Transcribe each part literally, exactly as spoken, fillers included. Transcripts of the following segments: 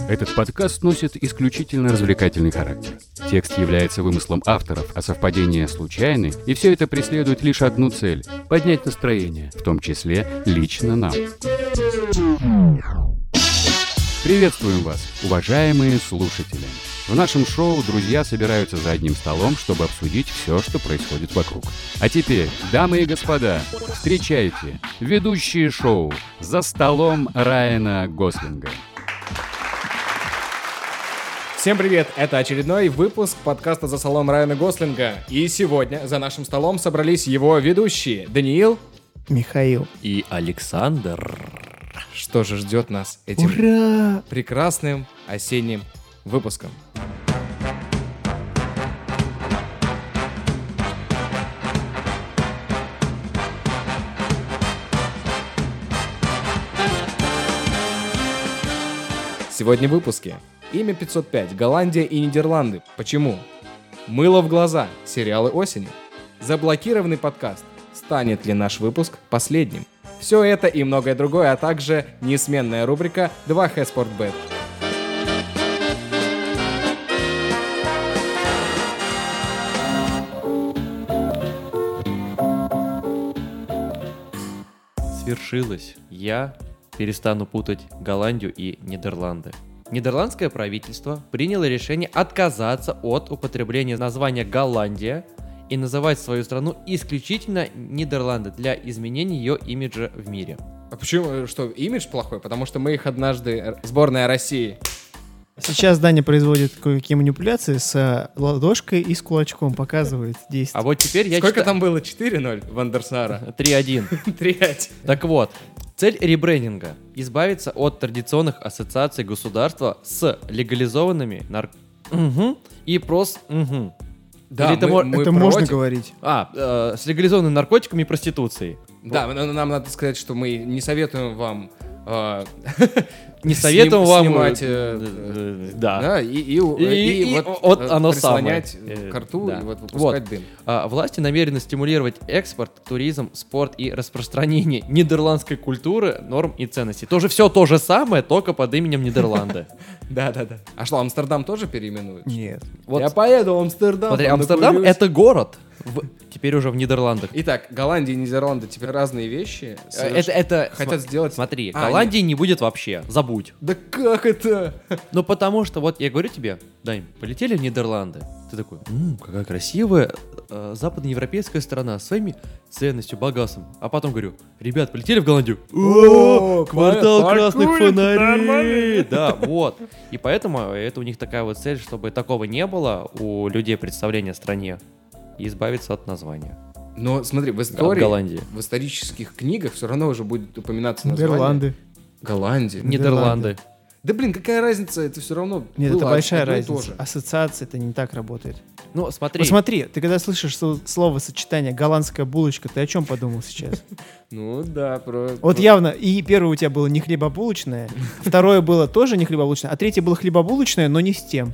Этот подкаст носит исключительно развлекательный характер. Текст является вымыслом авторов, а совпадения случайны, и все это преследует лишь одну цель – поднять настроение, в том числе лично нам. Приветствуем вас, уважаемые слушатели! В нашем шоу друзья собираются за одним столом, чтобы обсудить все, что происходит вокруг. А теперь, дамы и господа, встречайте ведущие шоу «За столом» Райана Гослинга. Всем привет! Это очередной выпуск подкаста «За столом» Райана Гослинга. И сегодня за нашим столом собрались его ведущие Даниил, Михаил и Александр. Что же ждет нас этим Ура! прекрасным осенним выпуском? Сегодня в выпуске. Имя пятьсот пять. Голландия и Нидерланды. Почему? Мыло в глаза. Сериалы осени. Заблокированный подкаст. Станет ли наш выпуск последним? Все это и многое другое, а также несменная рубрика два ха Спортбет. Свершилось. Я перестану путать Голландию и Нидерланды. Нидерландское правительство приняло решение отказаться от употребления названия Голландия и называть свою страну исключительно Нидерланды для изменения ее имиджа в мире. А почему? Что, имидж плохой? Потому что мы их однажды... Сборная России. Сейчас Даня производит кое-какие манипуляции с ладошкой и с кулачком, показывает действие. А вот теперь я Сколько читаю... там было? четыре ноль Вандерсара? три один. три пять. Так вот, цель ребрендинга – избавиться от традиционных ассоциаций государства с легализованными нар... Угу. И прос... Угу. Да, Или это мы, мо- мы Это против. можно говорить. А, э, с легализованными наркотиками и проституцией. Да, нам, нам надо сказать, что мы не советуем вам... э, Не советую сним- вам... снимать, э, э, э, Да. Да, и, и, и, И- и вот, вот э, оно прислонять самое. к рту Да. и вот выпускать Вот. дым. А, власти намерены стимулировать экспорт, туризм, спорт и распространение нидерландской культуры, норм и ценностей. Тоже все то же самое, только под именем Нидерланды. Да-да-да. А что, Амстердам тоже переименуют? Нет. Вот, Я поеду в Амстердам. смотри, там Амстердам — накурюсь. это город, в- теперь уже в Нидерландах. Итак, Голландия и Нидерланды теперь разные вещи. Э, Это, это, Хотят см- сделать... Смотри, А, Голландии не будет вообще, забудь. Да как это? Ну потому что, вот я говорю тебе, Дань, полетели в Нидерланды. Ты такой, «М, какая красивая э, западноевропейская страна с своими ценностью, богатством. А потом говорю, ребят, полетели в Голландию? О, квартал красных паркует, фонарей! нормально. Да, вот. И поэтому это у них такая вот цель, чтобы такого не было у людей представления о стране. И избавиться от названия. Но смотри, в От истории, Голландии. в исторических книгах все равно уже будет упоминаться название. Нидерланды. Голландия. Нидерланды. Да блин, какая разница, это все равно Нет, было это большая одно и то разница. же. Ассоциация это не так работает. Ну, смотри. Вот смотри, ты когда слышишь со- слово-сочетание «голландская булочка», ты о чем подумал сейчас? Ну да, про... Вот про- явно, и первое у тебя было не хлебобулочное, второе было тоже не хлебобулочное, а третье было хлебобулочное, но не с тем.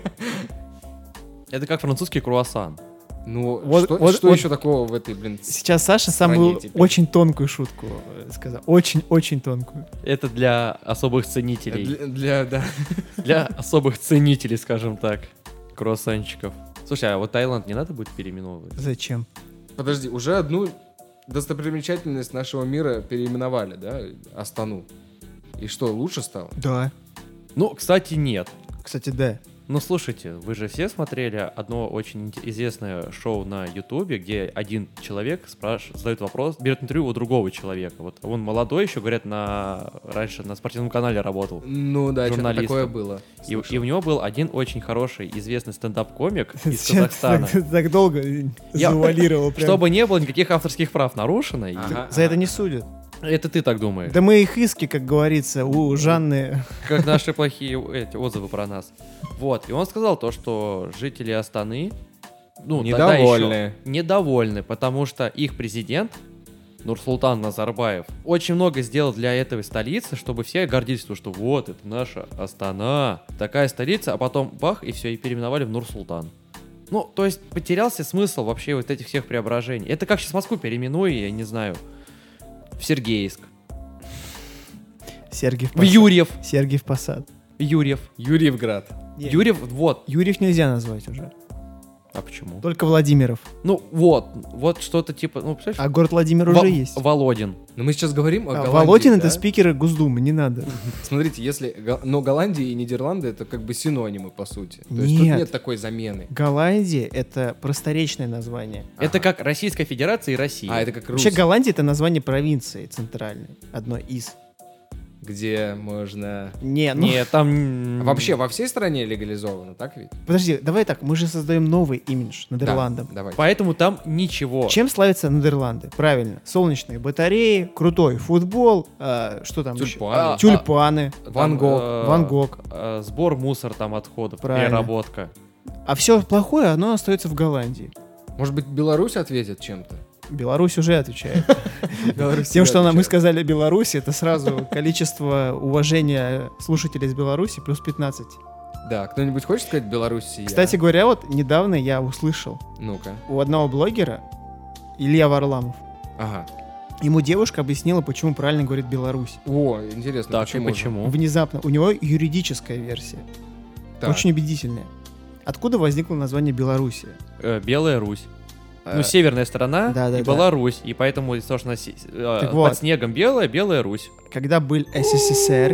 Это как французский круассан. Ну, Вот- что, вот- что вот- еще такого в этой, блин... с- Сейчас Саша стране самую теперь. очень тонкую шутку э, сказал. Очень-очень тонкую. Это для особых э, ценителей. Для, для- да. Для особых ценителей, скажем так, круассанчиков. Слушай, а вот Таиланд не надо будет переименовывать? Зачем? Подожди, уже одну достопримечательность нашего мира переименовали, да? Астану. И что, лучше стало? Да. Ну, кстати, нет. Кстати, да. Ну, слушайте, вы же все смотрели одно очень ин- известное шоу на Ютубе, где один человек спрашивает, задает вопрос, берет интервью у другого человека. Вот он молодой еще, говорят, на раньше на спортивном канале работал. Ну да, что-то Журналистом. такое было. И, Слышал. и у него был один очень хороший, известный стендап-комик из Сейчас Казахстана. Так, так долго Я- завуалировал. прям. Чтобы не было никаких авторских прав нарушено. и- Ага, За это ага. не судят. Это ты так думаешь. Да мы их иски, как говорится, у Жанны. Как наши плохие эти отзывы про нас. Вот. И он сказал то, что жители Астаны, ну, тогда Недовольны. еще недовольны, потому что их президент Нурсултан Назарбаев очень много сделал для этой столицы, чтобы все гордились, то, что вот, это наша Астана, такая столица, а потом бах, и все, и переименовали в Нур-Султан. Ну, то есть потерялся смысл вообще вот этих всех преображений. Это как сейчас Москву переименуй, я не знаю, в Сергеевск, Сергиев в Посад. Юрьев. Сергиев Посад. Юрьев. Юрьевград. Нет, Юрьев, вот. Юрьев нельзя назвать уже. А почему? Только Владимиров. Ну, вот. Вот что-то типа, ну, представляешь? А город Владимир Во- уже есть. Володин. Но мы сейчас говорим о А, Голландии. Володин — это да? спикеры Госдумы, не надо. Смотрите, если... Го- Но Голландия и Нидерланды — это как бы синонимы, по сути. То есть тут Нет. нет такой замены. Голландия — это просторечное название. Это Ага. как Российская Федерация и Россия. А, это как Вообще Русь, Голландия — это название провинции центральной, одной из. где можно... Не, ну... Нет, там... Вообще во всей стране легализовано, так ведь? Подожди, давай так, мы же создаем новый имидж Нидерландам. Да, давай. Поэтому там ничего. Чем славятся Нидерланды? Правильно. Солнечные батареи, крутой футбол, а, что там еще? Тюльпаны. А, Тюльпаны, Там, Ван Гог, э, Ван Гог. э, Сбор мусор там отходов, Правильно. переработка. А все плохое, оно остается в Голландии. Может быть, Беларусь ответит чем-то? Беларусь уже отвечает. Беларусь Тем, что она- мы отвечает. сказали Беларусь, это сразу количество уважения слушателей из Беларуси плюс пятнадцать. Да, кто-нибудь хочет сказать Беларусь? Кстати говоря, вот недавно я услышал Ну-ка. у одного блогера, Илья Варламов, Ага. ему девушка объяснила, почему правильно говорит Беларусь. О, интересно, Так, почему? и же? почему? Внезапно. У него юридическая версия. Так. Очень убедительная. Откуда возникло название Белоруссия? Э, Белая Русь. Э, Ну, северная сторона да, да, и да. Беларусь. И поэтому, из-за того, что она се- э, Так под вот. снегом белая, Белая Русь. Когда был СССР,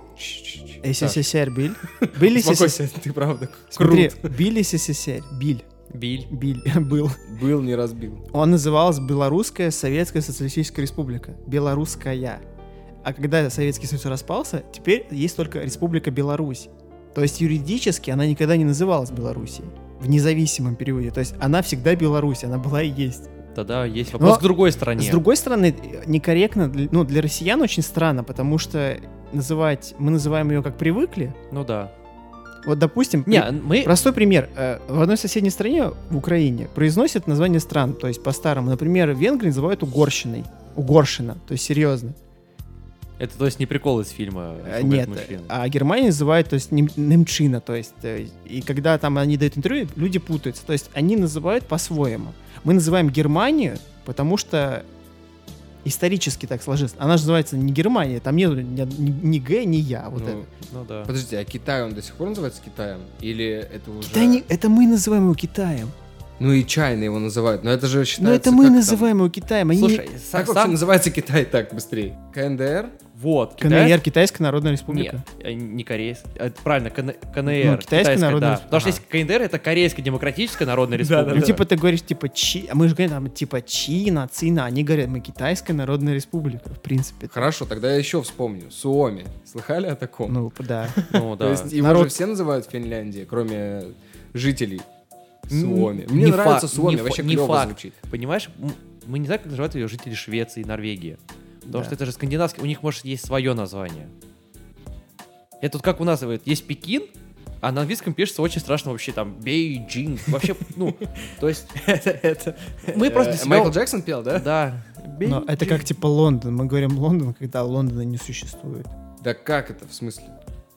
СССР был, был СССР, Успокойся, ты правда смотри, крут. был СССР, был, Биль. был, был. Был, не разбил. Он назывался Белорусская Советская Социалистическая Республика. Белорусская. А когда Советский Союз распался, теперь есть только Республика Беларусь. То есть юридически она никогда не называлась Белоруссией. В независимом периоде. То есть она всегда Беларусь, она была и есть. Тогда есть вопрос Но к другой стороне. С другой стороны, некорректно, для- ну, для россиян очень странно, потому что называть, мы называем ее как привыкли. Ну да. Вот, допустим, Не, при- мы... простой пример. Э, В одной соседней стране, в Украине, произносят название стран, то есть по-старому. Например, Венгрии называют Угорщиной. Угорщина, то есть серьезно. Это, то есть, не прикол из фильма. Э, «Шугар Нет, мужчина». а Германия называют, то есть, нем- немчина, то есть, э, и когда там они дают интервью, люди путаются, то есть, они называют по-своему. Мы называем Германию, потому что исторически так сложилось. Она же называется не Германия, там нет ни, ни, ни Г, ни Я, вот Ну, это. Ну да. Подождите, а Китай, он до сих пор называется Китаем? Или это уже... Китай не- это мы называем его Китаем. Ну и чайно его называют, но это же считается... Но это мы как там- называем его Китаем. Они Слушай, не- са- Как вообще сам... называется Китай так быстрее? КНДР? Вот, КНР, Китайская Народная Республика. Нет, э, не корейская. э, Правильно, КН- КНР. Ну, Китайская Народная да. Республика. Потому что Ага. если КНДР это Корейская Демократическая Народная Республика. Ну, типа, ты говоришь, типа, Чи... а мы же говорим, там, типа, Чина, Цина. Они говорят, мы Китайская Народная Республика, в принципе. Хорошо, тогда я еще вспомню. Суоми. Слыхали о таком? Ну, да. Ну То да. есть его Народ- же все называют в Финляндии, кроме жителей М, Суоми. не Мне нравится факт, Суоми, не вообще фа- не клево факт. звучит. Понимаешь, м, мы не знаем, как называют ее жители Швеции и Норвегии. Потому Да. что это же скандинавский, у них, может, есть свое название. Это вот как у нас говорят, есть Пекин, а на английском пишется очень страшно вообще там Бейджинг. Вообще, ну, то есть Это мы просто для э, себя- Майкл Джексон пел, да? Да. Но это как, типа, Лондон. Мы говорим Лондон, когда Лондона не существует. Да как это, в смысле?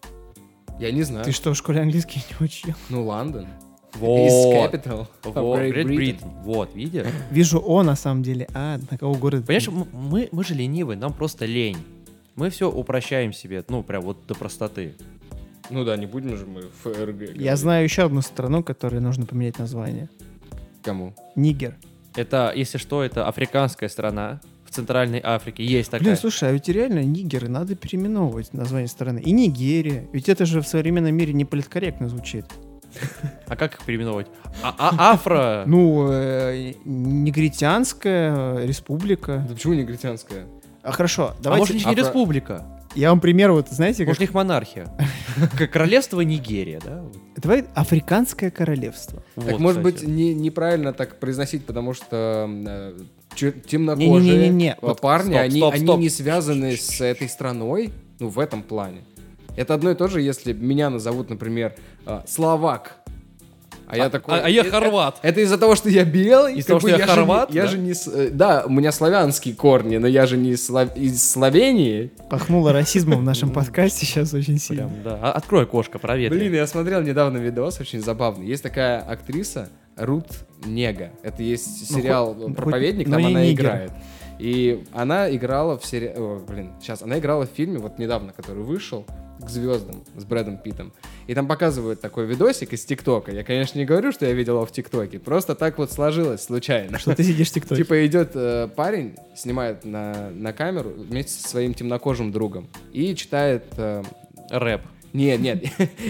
Я не знаю. Ты что, в школе английский не учил? Ну, Лондон. Is Вот. capital of Вот, Great Great Britain. Britain. Вот, видишь? Вижу О, на самом деле. А, на кого город? Понимаешь, м- мы, мы же ленивые, нам просто лень. Мы все упрощаем себе, ну, прям вот до простоты. Ну да, не будем же мы ФРГ. Я говорить. знаю еще одну страну, которой нужно поменять название. Кому? Нигер. Это, если что, это африканская страна. В Центральной Африке есть такая. Блин, слушай, а ведь реально Нигеры надо переименовывать название страны. И Нигерия. Ведь это же в современном мире не политкорректно звучит. А как их переименовать? А, а- афро... Ну, э, негритянская республика. Да почему негритянская? А хорошо, а может, давайте... у них не афро- республика? Я вам пример, вот знаете, как... Может, у них монархия? Как королевство Нигерия, да? Давай Африканское королевство. Так Вот, может быть кстати. не, неправильно так произносить, потому что э, чё- темнокожие Не-не-не-не-не. э, Вот парни, стоп, они, стоп, они стоп. не связаны с этой страной, ну в этом плане. Это одно и то же, если меня назовут, например, э, словак. А, я такой... а- а я «Э, хорват». Это из-за того, что я белый? Из-за как того, бы что я же не- хорват, Я да? же не... с- э, Да, у меня славянские корни, но я же не слав- из Словении. Пахнуло расизмом в нашем подкасте сейчас очень сильно. Прям, да. А- Открой окошко, проветри. Блин, я смотрел недавно видос, очень забавный. Есть такая актриса Рут Нега. Это есть Ну, сериал хоть- «Проповедник», но там не она нигер. играет. И она играла в сериале... Блин, сейчас, она играла в фильме, вот недавно, который вышел. к звездам с Брэдом Питтом. И там показывают такой видосик из ТикТока. Я, конечно, не говорю, что я видел его в ТикТоке. Просто так вот сложилось случайно. Что ты сидишь в ТикТоке? Типа идет э, парень, снимает на, на камеру вместе со своим темнокожим другом и читает... э, Рэп. Нет, нет.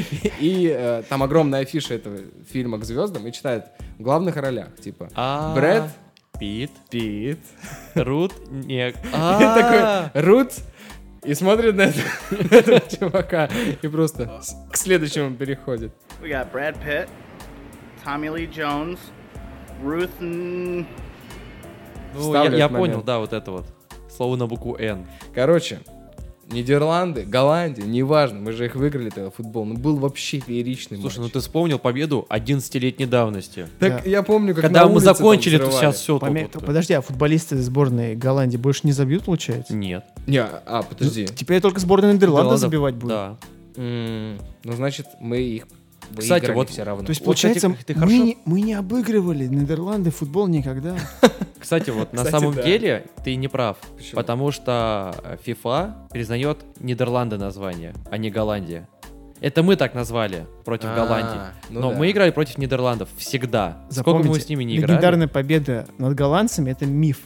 И э, там огромная афиша этого фильма к звездам и читает в главных ролях. Типа А, Брэд Питт, Питт. Рут, не... И такой Рут и смотрит на это- на этого чувака и просто с- к следующему переходит. We got Brad Pitt, Tommy Lee Jones, Ruth. N- Ну, Вставлю я, я этот понял, момент. да, вот это вот. Слово на букву «Н». Короче, Нидерланды, Голландия, неважно, мы же их выиграли тогда футбол, ну был вообще фееричный Слушай, ну матч. ты вспомнил победу одиннадцатилетней давности. Так Да. я помню, как Когда на мы улице там закончили, то взрывали. сейчас все Поме- тут. Подожди, а футболисты сборной Голландии больше не забьют, получается? Нет. Не, а, подожди. Теперь только сборная Нидерландов Нидерландов, забивать будет. Да. М, Ну, значит, мы их Кстати, выиграли вот- все равно. То есть, Вот, получается, кстати, ты мы, хорошо- не, мы не обыгрывали Нидерланды в футбол никогда. Кстати, вот на Кстати, самом да. деле ты не прав. Почему? Потому что э, FIFA признает Нидерланды название, а не Голландия. Это мы так назвали против А, Голландии. ну Но да. мы играли против Нидерландов всегда. Сколько Запомните, мы с ними не играли. легендарная победа над голландцами — это миф.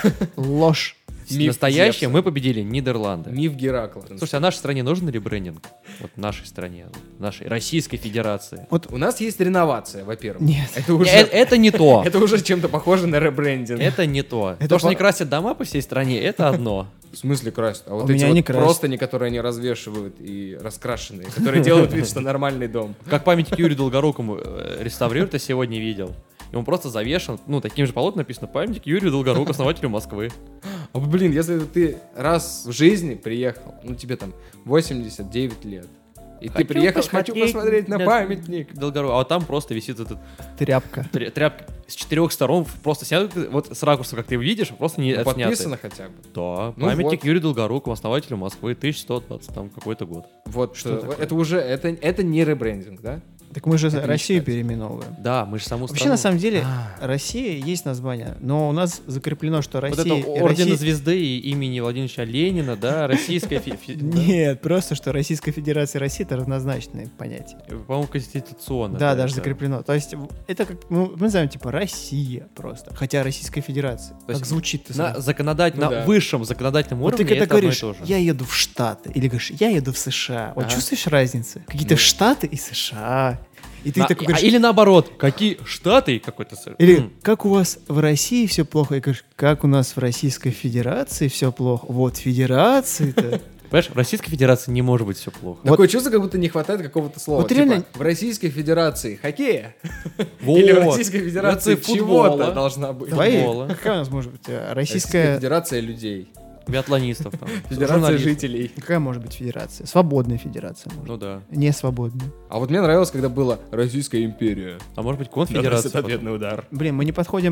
Ложь. Миф Настоящее Зевса. мы победили Нидерланды. Миф Геракла. Слушайте, а нашей стране нужен ребрендинг? Вот нашей стране, нашей Российской Федерации. У нас есть реновация, во-первых. Нет. Это уже, Э, Это не то. это уже чем-то похоже на ребрендинг. Это не то. Это То, что по- они красят дома по всей стране, это одно. В смысле красят? А вот У эти меня вот не красят. простыни, которые они развешивают и раскрашенные, которые делают вид, что нормальный дом. Как памятник Юрию Долгорукому э, реставрируют, я сегодня видел. И он просто завешен, ну, таким же полотном написано «Памятник Юрию Долгоруку, основателю Москвы». А, блин, если ты раз в жизни приехал, ну тебе там восемьдесят девять лет, и ты Хочу приехал, хочу посмотреть посмотреть на на- памятник. Долгоруку. А вот там просто висит этот Тряпка. тря- тряпка с четырех сторон, просто снят, вот с ракурса, как ты видишь, просто не Ну, отснятый. подписано хотя бы. Да, Ну памятник вот. Юрию Долгоруку, основателю Москвы, тысяча сто двадцать там какой-то год. Вот Что э, такое? это уже, это, это не ребрендинг, да? Так мы же Это не Россию считается. переименовываем. Да, мы же саму Вообще, страну. на самом деле, А. Россия есть название, но у нас закреплено, что Вот Россия... это и ордена Россия- звезды и имени Владимира Ленина, да, российская... фи- фи- да. Нет, просто что Российская Федерация России — это равнозначные понятия. По-моему, конституционно. Да, это- даже закреплено. То есть в- это как, ну, мы называем типа Россия просто, хотя Российская Федерация. То Как есть звучит-то На сразу. законодательном, Ну да. на высшем законодательном Вот уровне ты когда это одно и говоришь, то же. я еду в Штаты, или говоришь, я еду в США, вот Ага. чувствуешь разницу? Какие-то Ну. Штаты и США. И ты На- такой а, говоришь, или наоборот, какие штаты и какой-то... с- или М. как у вас в России все плохо? И говоришь, как у нас в Российской Федерации все плохо? Вот Федерации-то. Понимаешь, в Российской Федерации не может быть все плохо. Вот- Такое чувство, как будто не хватает какого-то слова. Вот Типа, реально- в Российской Федерации хоккея Вот. или в Российской Федерации Федерации чего-то футбола. должна быть. Давай, Футбола. какая у нас может быть э, Российская Российская... Федерация людей. Биатлонистов там. Федерация журналистов. жителей. Какая может быть федерация? Свободная федерация, может. Ну да. Не свободная. А вот мне нравилось, когда было Российская империя. А может быть конфедерация? потом? удар. Блин, мы не подходим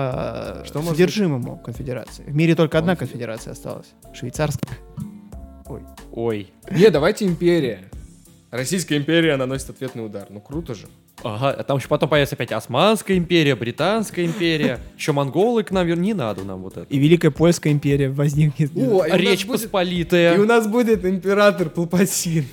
по э, Что может содержимому конфедерации. В мире только одна конфедерация осталась. Швейцарская. Ой. Ой. Не, давайте империя. Российская империя наносит ответный удар. Ну круто же. Ага, а там еще потом появится опять Османская империя, Британская империя, еще монголы к нам, вер- не надо нам вот это. И Великая Польская империя возникнет. О, и у нас Речь будет- Посполитая. И у нас будет император Палпатин.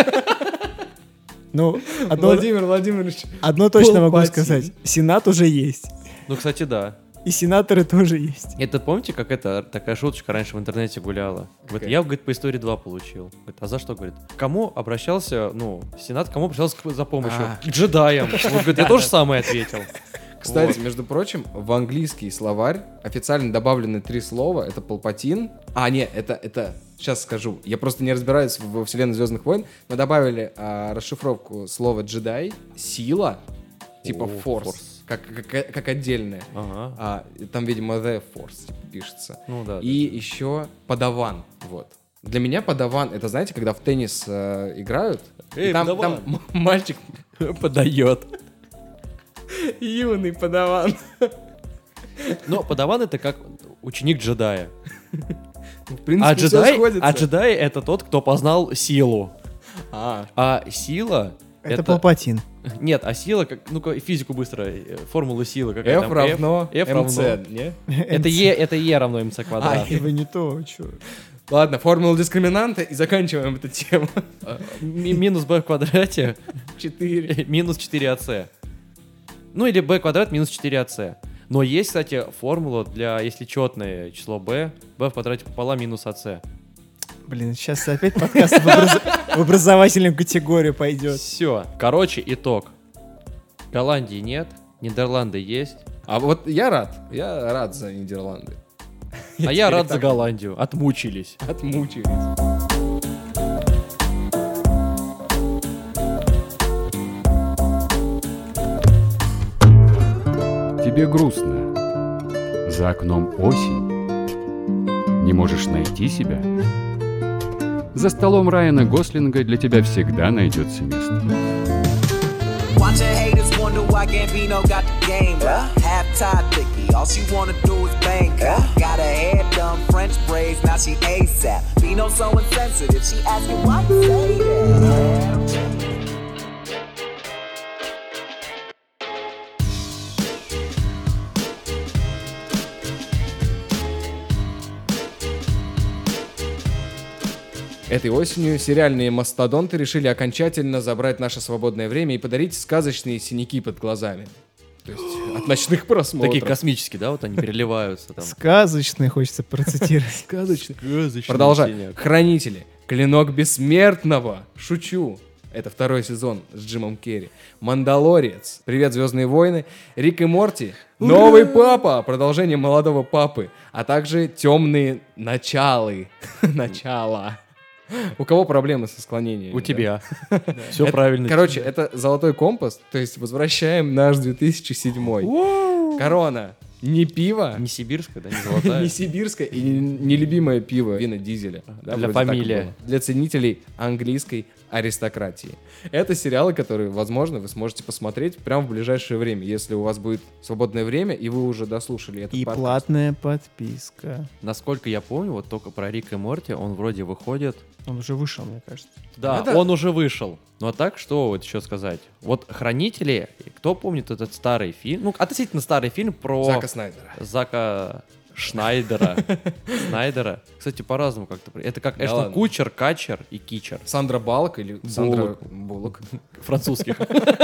Ну, одно, Владимир Владимирович. одно точно могу Палпатин. сказать. Сенат уже есть. Ну, кстати, да. И сенаторы тоже есть. Это помните, как это такая шуточка раньше в интернете гуляла? Говорит, Какая? я, говорит, по истории два получил. Говорит, а за что, говорит? Кому обращался, ну, Сенат, кому обращался к- за помощью? А. К джедаям. Вот, говорит, я тоже самое ответил. Кстати, Вот. между прочим, в английский словарь официально добавлены три слова. Это Палпатин. А, нет, это, это, сейчас скажу. Я просто не разбираюсь во вселенной Звездных войн. Мы добавили а, расшифровку слова джедай. Сила. Типа О, force. force. Как, как, как отдельная. Ага. А, там, видимо, the force типа, пишется. Ну да. И еще подаван. Вот. Для меня подаван, это знаете, когда в теннис э, играют, Эй, и там, подаван. там м- мальчик подает. юный подаван. Но подаван это как ученик джедая. В принципе, А всё джедай, сходится. а джедай это тот, кто познал силу. А, А сила Это, Палпатин. Нет, а сила, как, ну-ка, физику быстро, э, формула силы какая F там? равно F mc, равно. не? Это Е, это Е равно МЦ квадрат. Вы не то, чё. Ладно, формула дискриминанта и заканчиваем эту тему. Ми- Минус b в квадрате Четыре. минус четыре а c. Ну или b квадрат минус четыре а c. Но есть, кстати, формула для, если четное число b, b в квадрате пополам минус ac. Блин, сейчас опять подкаст в, образ- в образовательную категорию пойдет. Все. Короче, итог. Голландии нет, Нидерланды есть, А вот я рад. Я рад за Нидерланды. а я теперь рад за так Голландию. Отмучились. Отмучились. Тебе грустно. За окном осень. Не можешь найти себя? За столом Райана Гослинга для тебя всегда найдется место. Watching haters wonder why Gambino got the game. Half Todd Dicky, all she wanna do is bang. Got her hair done, French braids, now she ASAP. Bino so insensitive, she asking why you say that. Этой осенью сериальные мастодонты решили окончательно забрать наше свободное время и подарить сказочные синяки под глазами. То есть от ночных просмотров. Такие космические, да, вот они переливаются там. Сказочный хочется процитировать. Сказочные. Продолжай. синяк. Хранители. Клинок бессмертного. Шучу. Это второй сезон с Джимом Керри. Мандалорец. Привет, Звездные войны. Рик и Морти. Новый папа. Продолжение молодого папы. А также темные началы. Начала. У кого проблемы со склонением? У тебя. Все правильно. Короче, это золотой компас. То есть возвращаем наш две тысячи седьмой. Корона. Не пиво. Не сибирская, да, не золотая. Не сибирское и не- нелюбимое пиво Вина Дизеля. Да, Для вроде так фамилии. было. Для ценителей английской аристократии. Это сериалы, которые, возможно, вы сможете посмотреть прямо в ближайшее время, если у вас будет свободное время, и вы уже дослушали этот И подкаст. платная подписка. Насколько я помню, вот только про Рика и Морти, он вроде выходит. Он уже вышел, мне кажется. Да, Да-да. он уже вышел. Ну а так, что вот еще сказать? Вот «Хранители», кто помнит этот старый фильм? Ну, относительно старый фильм про Зака Снайдера. Зака Шнайдера. Снайдера. Кстати, по-разному как-то. Это как Да Эштон ладно. Кучер, Качер и Кичер. Сандра Баллок или Сандра Буллок. Французских.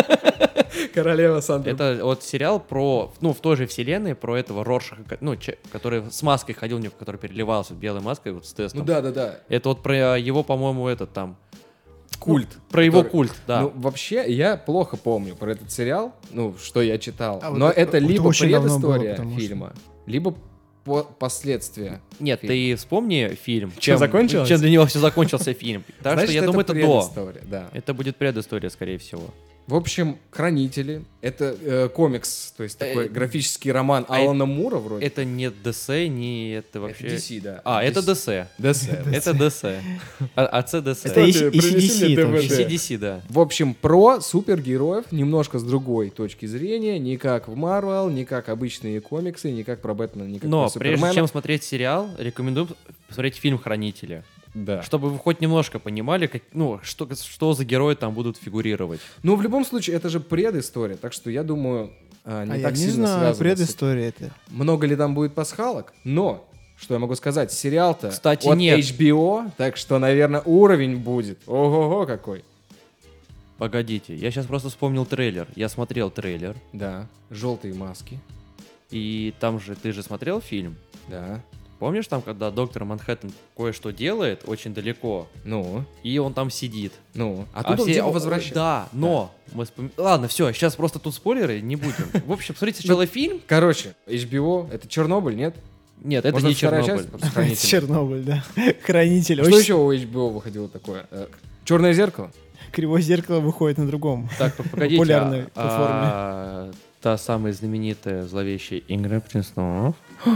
Королева Сандра. Это вот сериал про, ну, в той же вселенной, про этого Роршаха, ко- ну, че- который с маской ходил, у него, который переливался белой маской, вот с тестом. Ну да, да, да. Это вот про его, по-моему, этот там... Культ. Ну, про его который- культ, да. Ну, вообще, я плохо помню про этот сериал, ну, что я читал. А вот Но это- это это либо очень давно было, предыстория потому что- фильма, либо по- последствия. Нет, фильм. ты вспомни фильм. Чем закончилось? Чем для него все закончился фильм. Так Значит, что я думаю, это до. предыстория, да. Это будет предыстория, скорее всего. В общем, «Хранители» — это э, комикс, то есть такой Э, графический роман а Алана Мура вроде. Это не ди си, не это Это вообще... ди си, да. А, это ди си. ди си. ди си. Это ди си. А а це ди си. Это и- Кстати, и принеси си ди мне си там ди ви И ди. си ди си, да. В общем, про супергероев немножко с другой точки зрения, не как в Марвел, не как обычные комиксы, не как про Бэтмена, не как Но про прежде Супермена. чем смотреть сериал, рекомендую посмотреть фильм «Хранители». Да. Чтобы вы хоть немножко понимали, как, ну, что, что за герои там будут фигурировать. Ну, в любом случае, это же предыстория, так что я думаю, а, не а я так не сильно знаю, связано с этим. предыстория это. Много ли там будет пасхалок, но, что я могу сказать, сериал-то Кстати, от нет. эйч би о, так что, наверное, уровень будет. Ого-го какой. Погодите, я сейчас просто вспомнил трейлер. Я смотрел трейлер, Да, желтые маски, и там же, ты же смотрел фильм? да. Помнишь там, когда доктор Манхэттен кое-что делает очень далеко, Ну, и он там сидит? ну, а тут он все- типа о, возвращается. Да, но... Мы вспом- Ладно, все, сейчас просто тут спойлеры, не будем. В общем, смотрите сначала фильм. Короче, эйч би о, это Чернобыль, нет? Нет, это Может, не вторая Чернобыль. часть? Просто «Хранители». Чернобыль, да. Хранитель. Что Очень еще у эйч би о выходило такое? Черное зеркало? кривое зеркало выходит на другом. Так, погодите. Популярной а- а, Та самая знаменитая зловещая «Игра престолов».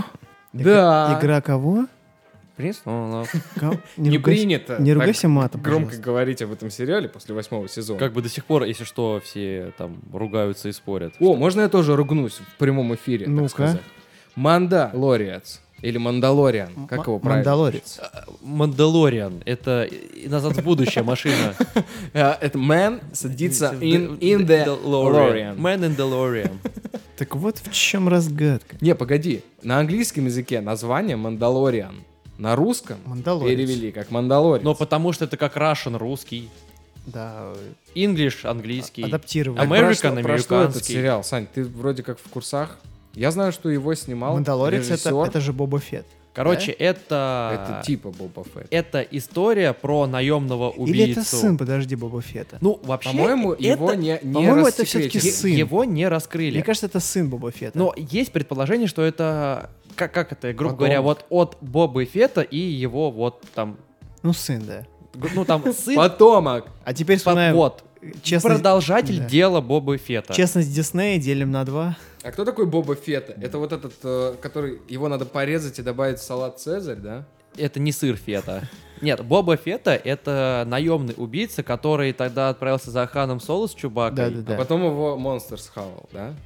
Да. Игра кого? Престолов. Ка- Не ругайся- принято Не так ругайся матом, громко пожалуйста. говорить об этом сериале после восьмого сезона. Как бы до сих пор, если что, все там ругаются и спорят. О, можно я тоже ругнусь в прямом эфире, Ну-ка. так сказать? Мандалориец. Или Мандалориан. Как его М- правильно? Мандалорец. Мандалориан. Это и назад в будущее машина. А, Это man садится in, in the DeLorean. Man in DeLorean. Так вот в чем разгадка. Не, погоди. На английском языке название Мандалориан. На русском Мандалорец. перевели как Мандалорец. Но потому что это как Russian русский, Да, English английский. адаптировали. Так American, про что- про что этот американский. сериал, Сань? Ты вроде как в курсах. Я знаю, что его снимал Мандалорец это, режиссер. это же Боба Фетт. Короче, это... Это типа Боба Фетт. Это история про наемного убийцу. Или это сын, подожди, Боба Фетта? Ну, вообще, По-моему, это- его не, не По-моему, это всё-таки рассекретили. сын. Его не раскрыли. Мне кажется, это сын Боба Фетта. Но есть предположение, что это... Как, как это, грубо Потомок. говоря, вот от Боба Фетта и его вот там... Ну, сын, да. г- Ну, там сын... Потомок. А теперь под- вспоминаем Вот. честность, Продолжатель да. дела Боба Фетта. честность Диснея делим на два. А кто такой Боба Фетта? Это вот этот, э, который... Его надо порезать и добавить в салат Цезарь, да? Это не сыр Фета. Нет, Боба Фетта — это наемный убийца, который тогда отправился за Ханом Соло с Чубакой. Да-да-да. А потом его монстр схавал, да?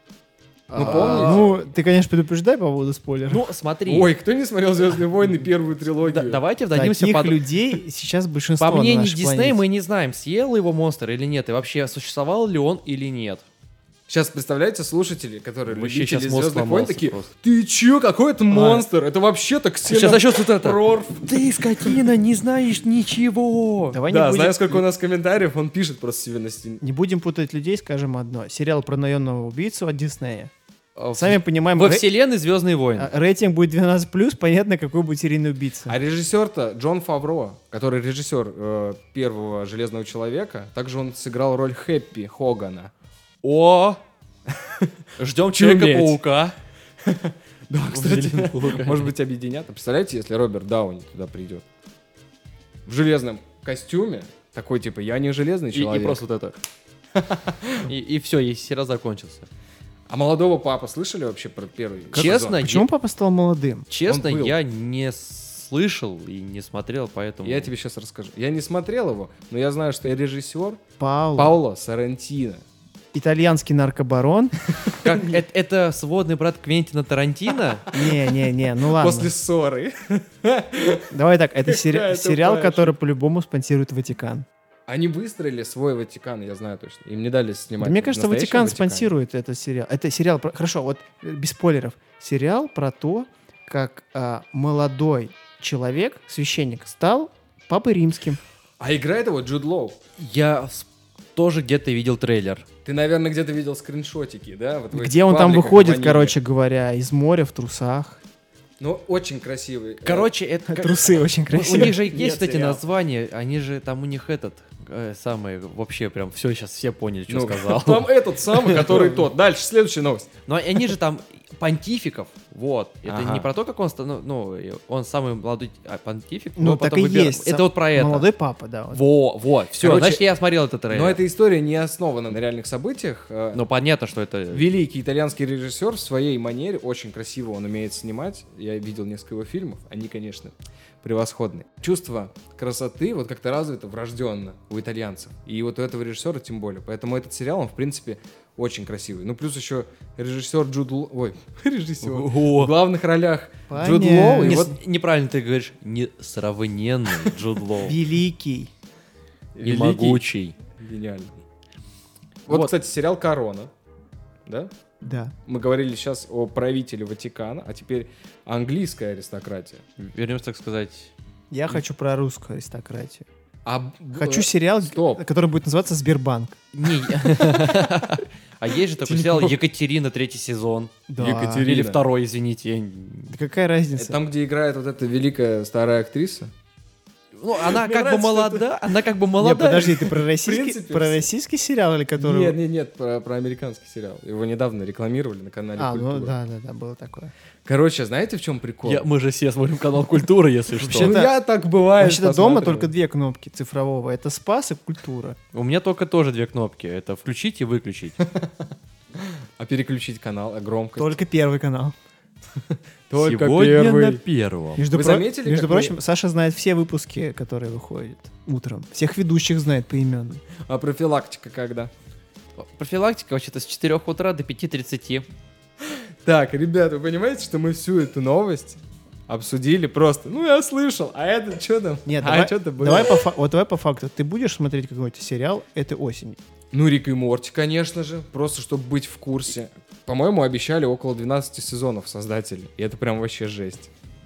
Ну, А, помните? Ну, ты, конечно, предупреждай по поводу спойлеров. Ну, смотри. Ой, кто не смотрел «Звездные войны» первую Да- трилогию? давайте вдадимся Таких под... людей сейчас большинство По на мнению нашей Диснея планете. мы не знаем, съел его монстр или нет, и вообще существовал ли он или нет. Сейчас, представляете, слушатели, которые Вообще любители щас мозг «Звездных войн» сломался такие, просто. ты чё, какой это монстр? Это вообще-то Сейчас начнется вот это. Прорв. Ты, скотина, не знаешь ничего. Давай Да, не, будем, знаю, сколько у нас комментариев, он пишет просто себе на стене. не будем путать людей, скажем одно. Сериал про наемного убийцу от Диснея. А, Сами понимаем, Во рей- вселенной «Звездные войны». а, рейтинг будет двенадцать плюс, понятно, какой будет серийный убийца. А режиссер-то Джон Фавро, который режиссер э, первого «Железного человека», также он сыграл роль Хэппи Хогана. О! Ждем Человека-паука. Да, кстати, может быть, объединят. А представляете, если Роберт Дауни туда придет? В железном костюме, такой типа, я не железный И, человек. и просто вот это. И, и все, и сериал закончился. А молодого папа слышали вообще про первый Честно, сезон? Почему папа стал молодым? Честно, Он был. я не слышал и не смотрел, поэтому... Я тебе сейчас расскажу. Я не смотрел его, но я знаю, что режиссер Пауло. Пауло Соррентино. Итальянский наркобарон. Как, это, это сводный брат Квентина Тарантино? Не-не-не, ну ладно. После ссоры. Давай так, это сери- Какая сериал, тупая который по-любому спонсирует Ватикан. Они выстроили свой Ватикан, я знаю точно. Им не дали снимать. Да мне кажется, настоящий Ватикан спонсирует этот сериал. Это сериал, про- хорошо, вот э, без спойлеров. Сериал про то, как а, молодой человек, священник, стал папой римским. А играет его Джуд Лоу. Я с- тоже где-то видел трейлер. Ты, наверное, где-то видел скриншотики, да? Вот в этих Где он там пабликах выходит, анонимных. короче говоря, из моря в трусах. Ну, очень красивый. Короче, это... как- Трусы очень У красивые. них же есть Нет, вот эти сериал. названия, они же, там у них этот, э, самый, вообще прям, все, сейчас все поняли, что Ну, сказал. Там этот самый, который тот. Дальше, следующая новость. Но они же там понтификов, вот. Это Ага. не про то, как он, ста- ну, ну, он самый молодой а, понтифик, Ну, но так потом и выбира- есть. Это вот про это. Молодой папа, да. вот. Во, вот, все, Короче, значит, я смотрел этот трейлер. Но эта история не основана на реальных событиях. Э, Ну, понятно, что это... Великий итальянский режиссер в своей манере, очень красиво он умеет снимать. Я видел несколько его фильмов, они, конечно, превосходные. Чувство красоты вот как-то развито врожденно у итальянцев. И вот у этого режиссера тем более. Поэтому этот сериал, он, в принципе, очень красивый. Ну, плюс еще режиссер Джуд Лоу... Ой, режиссер. В главных ролях Джуд Понятно. Лоу. И Не- вот Неправильно ты говоришь, несравненный Джуд Лоу. Великий. И великий, могучий. гениальный. Вот, Вот. кстати, сериал «Корона». Да? Да. Мы говорили сейчас о правителе Ватикана, а теперь английская аристократия. Вернемся, так сказать... Я хочу про русскую аристократию. А, б- Хочу сериал, Стоп. который будет называться «Сбербанк». Не. А есть же такой сериал «Екатерина», третий сезон. Да. Екатерина. Или второй, извините. Да какая разница? Это там, где играет вот эта великая старая актриса. Ну, она Мне как бы нравится, что молода, она как бы Не, молодая. подожди, ты про российский, принципе, про все. российский сериал или который... Нет, нет, нет, про, про американский сериал. Его недавно рекламировали на канале А, «Культура». ну да, да, да, было такое. Короче, знаете, в чем прикол? Я- мы же все смотрим канал «Культура», если что. Ну, Вообще-то- я так бывает. Вообще-то дома посматриваю. только две кнопки цифрового. Это «Спас» и «Культура». У меня только тоже две кнопки. Это включить и выключить. А переключить канал, а громкость? Только первый канал. Только Сегодня первый. на первом. Между, Вы про- заметили, Между как мы- прочим, Саша знает все выпуски, которые выходят утром. Всех ведущих знает поименно. А профилактика когда? Профилактика вообще-то с четырёх утра до пяти тридцати. Так, ребята, вы понимаете, что мы всю эту новость обсудили просто? Ну, я слышал, а это что там? Нет, а давай, что-то было? давай по, фа- вот давай по факту. Ты будешь смотреть какой-то сериал этой осенью? Ну, Рик и Морти, конечно же, просто чтобы быть в курсе. По-моему, обещали около двенадцати сезонов создатели, и это прям вообще жесть.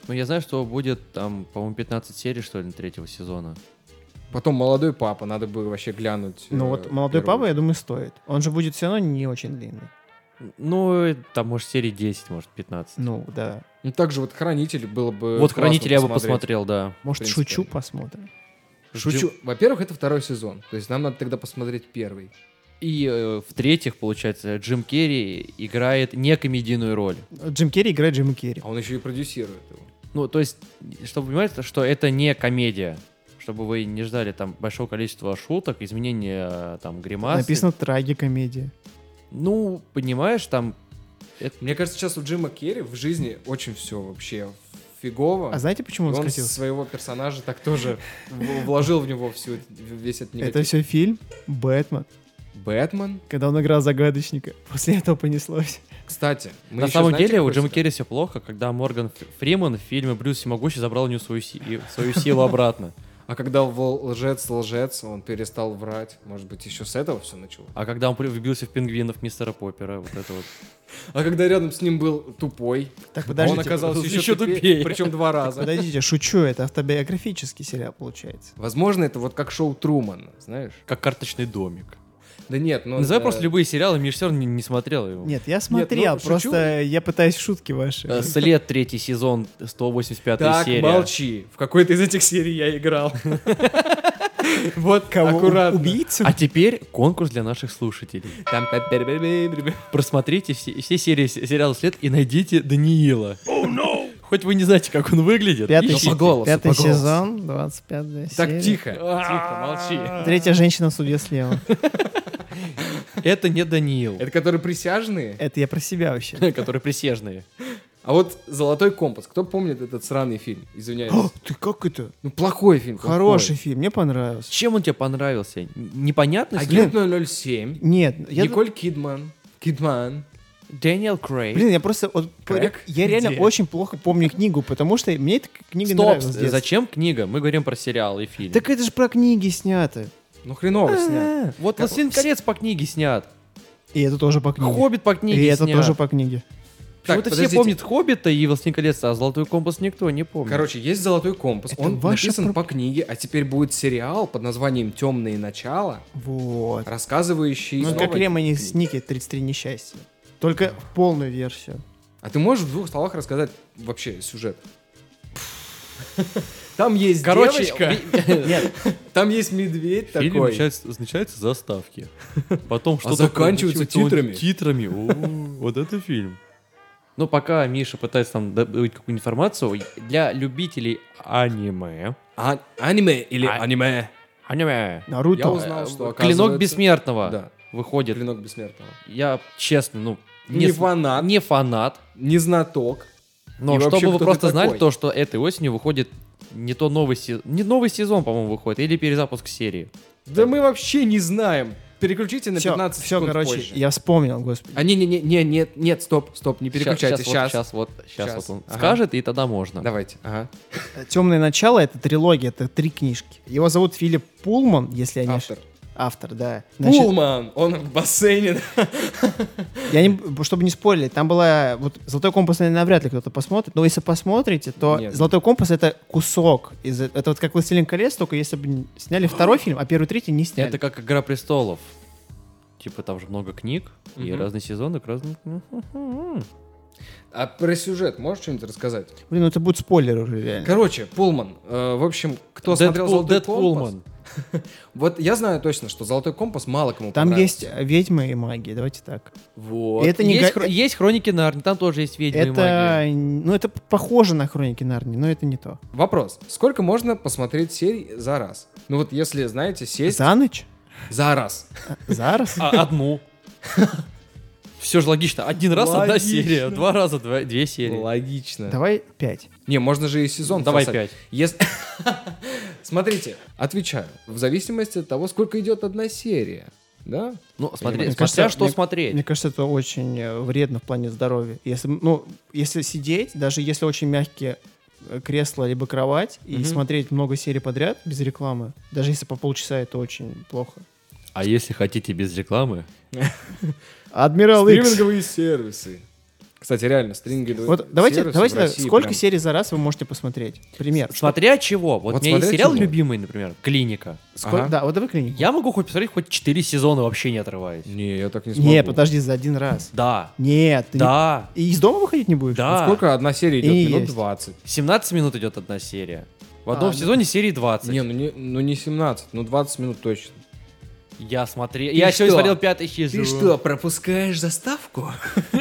Ну, я знаю, что будет там, по-моему, пятнадцать серий, что ли, третьего сезона. Потом «Молодой папа», надо бы вообще глянуть. Ну э, вот «Молодой первую. папа», я думаю, стоит. Он же будет все равно не очень длинный. Ну, там, может, серии десять, может, пятнадцать. Ну, да. Ну, также вот «Хранитель» было бы Вот классно «Хранитель» я бы посмотреть. посмотрел, да. Может, принципе. «Шучу» посмотрим. Шучу. Во-первых, это второй сезон. То есть нам надо тогда посмотреть первый. И э, в-третьих, получается, Джим Керри играет не комедийную роль. Джим Керри играет Джима Керри. А он еще и продюсирует его. Ну, то есть, чтобы вы понимали, что это не комедия. Чтобы вы не ждали там большого количества шуток, изменения там гримасы. Написано «Трагикомедия». Ну, понимаешь, там... это- Мне кажется, сейчас у Джима Керри в жизни очень все вообще фигово. А знаете, почему И он он скатился? своего персонажа так тоже в- вложил в него всю, весь этот негатив. Это все фильм «Бэтмен», Бэтмен. когда он играл загадочника. После этого понеслось. Кстати, мы На еще самом знаете, деле у какой Джима сюжет? Керри все плохо, когда Морган Ф- Фриман в фильме «Брюс Всемогущий» забрал у него свою, си- и- свою силу обратно. А когда в лжец лжец, он перестал врать. Может быть, еще с этого все началось. А когда он при- влюбился в пингвинов мистера Поппера, вот это вот. А когда рядом с ним был тупой, Так, а подождите. он оказался еще, еще тупее, тупее. причем два раза. Подождите, шучу, это автобиографический сериал получается. Возможно, это вот как шоу Трумана, знаешь? Как карточный домик. Да нет, ну... Называй э, просто любые сериалы, Миш все равно не, не смотрел его. Нет, я смотрел, ну, шучу. просто я пытаюсь в шутки ваши. Э, След, третий сезон, сто восемьдесят пятая Так, серия. молчи. В какой-то из этих серий я играл. Вот Кого? аккуратно. Убийцу? А теперь конкурс для наших слушателей. Там пя-пя-пя-пя-пя-пя. Просмотрите все, все серии с- сериала «След» и найдите Даниила. Хоть вы не знаете, как он выглядит. Пятый, ищите. по голосу, пятый по голосу. сезон, двадцать пятая серия. Так, тихо. Тихо, молчи. Третья женщина в суде слева. Это не Даниил, Это которые присяжные? Это я про себя вообще. которые присяжные. А вот «Золотой компас». Кто помнит этот сраный фильм? Извиняюсь. О, ты как это? Ну, плохой фильм. плохой. Хороший фильм, мне понравился. Чем он тебе понравился? Н- Непонятно? Агент ноль ноль семь. Нет, я... Николь Кидман. Кидман. Дэниел Крейг. Блин, я просто... вот, Крэк? я реально Где? очень плохо помню книгу, потому что мне эта книга Стоп, нравилась. с детства. зачем книга? Мы говорим про сериал и фильм. Так это же про книги снято. Ну, хреново снят. Вот «Властелин колец» по книге снят. И это тоже по книге. «Хоббит» по И книге это снят. тоже по книге. Почему-то Так, все подождите. помнят «Хоббита» и «Властелин колец», а «Золотой компас» никто не помнит. Короче, есть «Золотой компас». Это Он ваша написан про- по книге, а теперь будет сериал под названием «Темные начала», Вот. рассказывающий... Ну, снова как Лемони книги. Сникет тридцать три несчастья. Только в полную версию. А ты можешь в двух словах рассказать вообще сюжет? Там есть Короче, девочка, Нет, там есть медведь Фильм такой. начинается, начинается с заставки. Потом А что-то заканчивается заканчивается титрами. Титрами. О, вот это фильм. Ну, пока Миша пытается там добыть какую-нибудь информацию, для любителей аниме... А- аниме или А- аниме? Аниме. Наруто. Я узнал, что «Клинок оказывается- бессмертного» Да, выходит. «Клинок бессмертного». Я, честно, ну... Не с- фанат. Не фанат. Не знаток. Но И чтобы вообще, вы кто ты просто знали, такой? то, что этой осенью выходит не то новый сезон... Не новый сезон, по-моему, выходит, или перезапуск серии. Да мы вообще не знаем. Переключите на Все, пятнадцать все, секунд короче, позже. я вспомнил, господи. А, не-не-не, не, нет, нет, стоп, стоп, не переключайте, сейчас. Сейчас вот, сейчас Щас. вот он Ага. скажет, и тогда можно. Давайте, ага. «Темное начало» — это трилогия, это три книжки. Его зовут Филипп Пулман, если я не Автор. ошибаюсь. Автор, да. Значит, Пулман, он в бассейне. я не, чтобы не спорили, там была... Вот «Золотой компас», наверное, навряд ли кто-то посмотрит, но если посмотрите, то Нет. «Золотой компас» — это кусок. Из, это вот как «Властелин колец», только если бы сняли второй фильм, а первый, третий не сняли. Это как «Игра престолов». Типа там же много книг и Мгм. разные сезоны к разным... А про сюжет можешь что-нибудь рассказать? Блин, ну это будет спойлер уже, реально. Короче, Пулман. э, в общем, кто смотрел Дэдпул- «Золотой Дэдпулман. компас», вот я знаю точно, что «Золотой компас» мало кому Там понравился. есть ведьмы и магия, давайте так. Вот. И это не есть, га- хро- есть «Хроники Нарнии», там тоже есть ведьмы и магия. Это, ну, это похоже на «Хроники Нарнии», но это не то. Вопрос. Сколько можно посмотреть серий за раз? Ну вот если, знаете, сесть... За ночь? За раз. Зараз? А одну. Все же логично. Один раз одна Логично. серия, два раза два- две серии. Логично. Давай пять. Не, можно же и сезон Давай всосать. пять. Если... Смотрите, отвечаю. В зависимости от того, сколько идет одна серия. Да? Ну, смотри, Мне смотря кажется, что мне- смотреть. Мне кажется, это очень э, вредно в плане здоровья. Если, ну, если сидеть, даже если очень мягкие э, кресла либо кровать, и Мгм. смотреть много серий подряд без рекламы, даже если по полчаса, это очень плохо. А если хотите без рекламы, Адмирал Икс. Стриминговые сервисы. Кстати, реально, стриминговые Вот давайте, сервисы давайте в так, России сколько прям- серий за раз вы можете посмотреть? Пример. Смотря чего. Вот, Вот у меня есть смотря сериал чего. любимый, например, «Клиника». Сколько- Ага. Да, вот давай клинику. Я могу хоть посмотреть хоть четыре сезона, вообще не отрываясь. Не, я так не смогу. Не, подожди, за один раз. Да. Нет, ты не- Да. И из дома выходить не будешь? Да. Сколько одна серия идет? И Минут есть. двадцать. семнадцать минут идет одна серия. В одном А, ну- сезоне серии двадцать. Не, ну не, ну не семнадцать, ну двадцать минут точно. Я смотрел. Ты Я что? сегодня смотрел пятый сезон. пропускаешь заставку?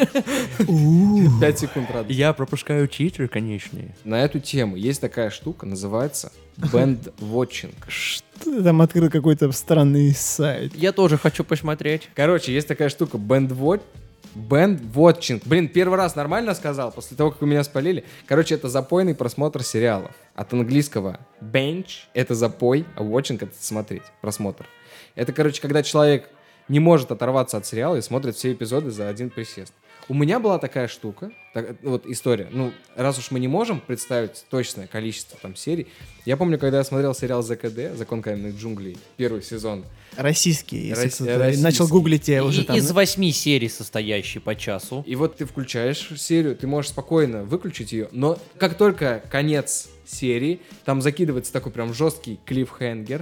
Пять секунд рад. Я пропускаю титры конечные. На эту тему есть такая штука, называется бенд-вотчинг. Ты там открыл какой-то странный сайт. Я тоже хочу посмотреть. Короче, есть такая штука, бенд-вотчинг. Бенд-вотчинг. Блин, первый раз нормально сказал, после того, как вы меня спалили. Короче, это запойный просмотр сериалов. От английского bench — это запой, а watching — это смотреть, просмотр. Это, короче, когда человек не может оторваться от сериала и смотрит все эпизоды за один присест. У меня была такая штука, так, вот история. Ну, раз уж мы не можем представить точное количество там серий, я помню, когда я смотрел сериал ЗКД, «Закон каменных джунглей», первый сезон. Российский, если Рос- кто-то российский. начал гуглить, я И- уже там... Из восьми серий, состоящей по часу. И вот ты включаешь серию, ты можешь спокойно выключить ее, но как только конец серии, там закидывается такой прям жесткий клиффхенгер.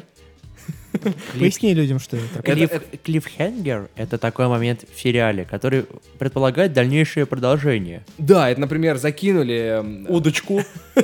Поясни людям, что это такое. Клифф, клиффхенгер — это такой момент в сериале, который предполагает дальнейшее продолжение. Да, это, например, закинули... эм, Удочку.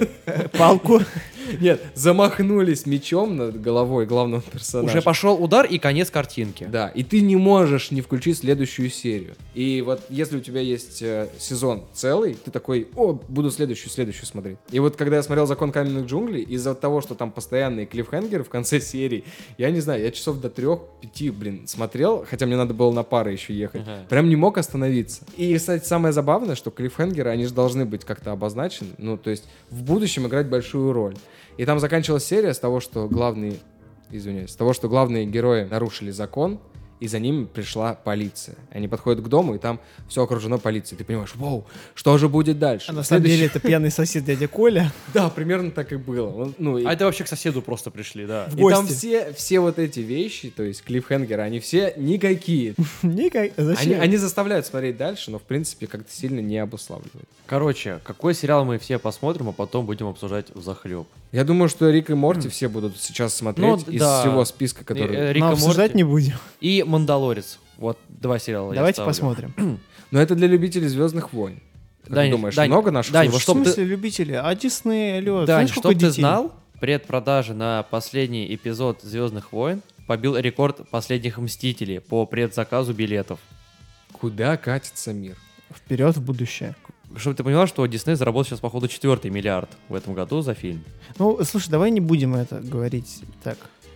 Палку. Нет, замахнулись мечом над головой главного персонажа. Уже пошел удар и конец картинки. Да, и ты не можешь не включить следующую серию. И вот если у тебя есть э, сезон целый, ты такой, о, буду следующую, следующую смотреть. И вот когда я смотрел «Закон каменных джунглей», из-за того, что там постоянные клиффхенгеры в конце серии, я не знаю, я часов до трех-пяти, блин, смотрел, хотя мне надо было на пары еще ехать, Ага. прям не мог остановиться. И, кстати, самое забавное, что клиффхенгеры, они же должны быть как-то обозначены, ну, то есть в будущем играть большую роль. И там заканчивалась серия с того, что главный, извиняюсь, с того, что главные герои нарушили закон, и за ними пришла полиция. Они подходят к дому, и там все окружено полицией. Ты понимаешь, вау, что же будет дальше? А на самом Следующий- деле это пьяный сосед дядя Коля. Да, примерно так и было. Он, ну, и, А это вообще к соседу просто пришли, да. В и там гости. все, все вот эти вещи, то есть клиффхенгеры, они все никакие. Никак. Они, Зачем? они заставляют смотреть дальше, но в принципе как-то сильно не обуславливают. Короче, какой сериал мы все посмотрим, а потом будем обсуждать взахлеб. Я думаю, что Рик и Морти все будут сейчас смотреть Ну, из да. всего списка, который... Э, Рик Но и обсуждать Морти не будем. и «Мандалорец». Вот два сериала я Давайте ставлю. посмотрим. Но это для любителей «Звездных войн». Как Дань, ты думаешь, Дань, много наших Дань, В вот слушателей? чтоб ты- смысле любители? А Дисней, алло, Дань, знаешь, сколько чтоб ты детей? знал, предпродажа на последний эпизод «Звездных войн» побил рекорд последних «Мстителей» по предзаказу билетов. Куда катится мир? Вперед в будущее. Чтобы ты понимал, что Дисней заработал сейчас, походу, четвертый миллиард в этом году за фильм. Ну, слушай, давай не будем это говорить так.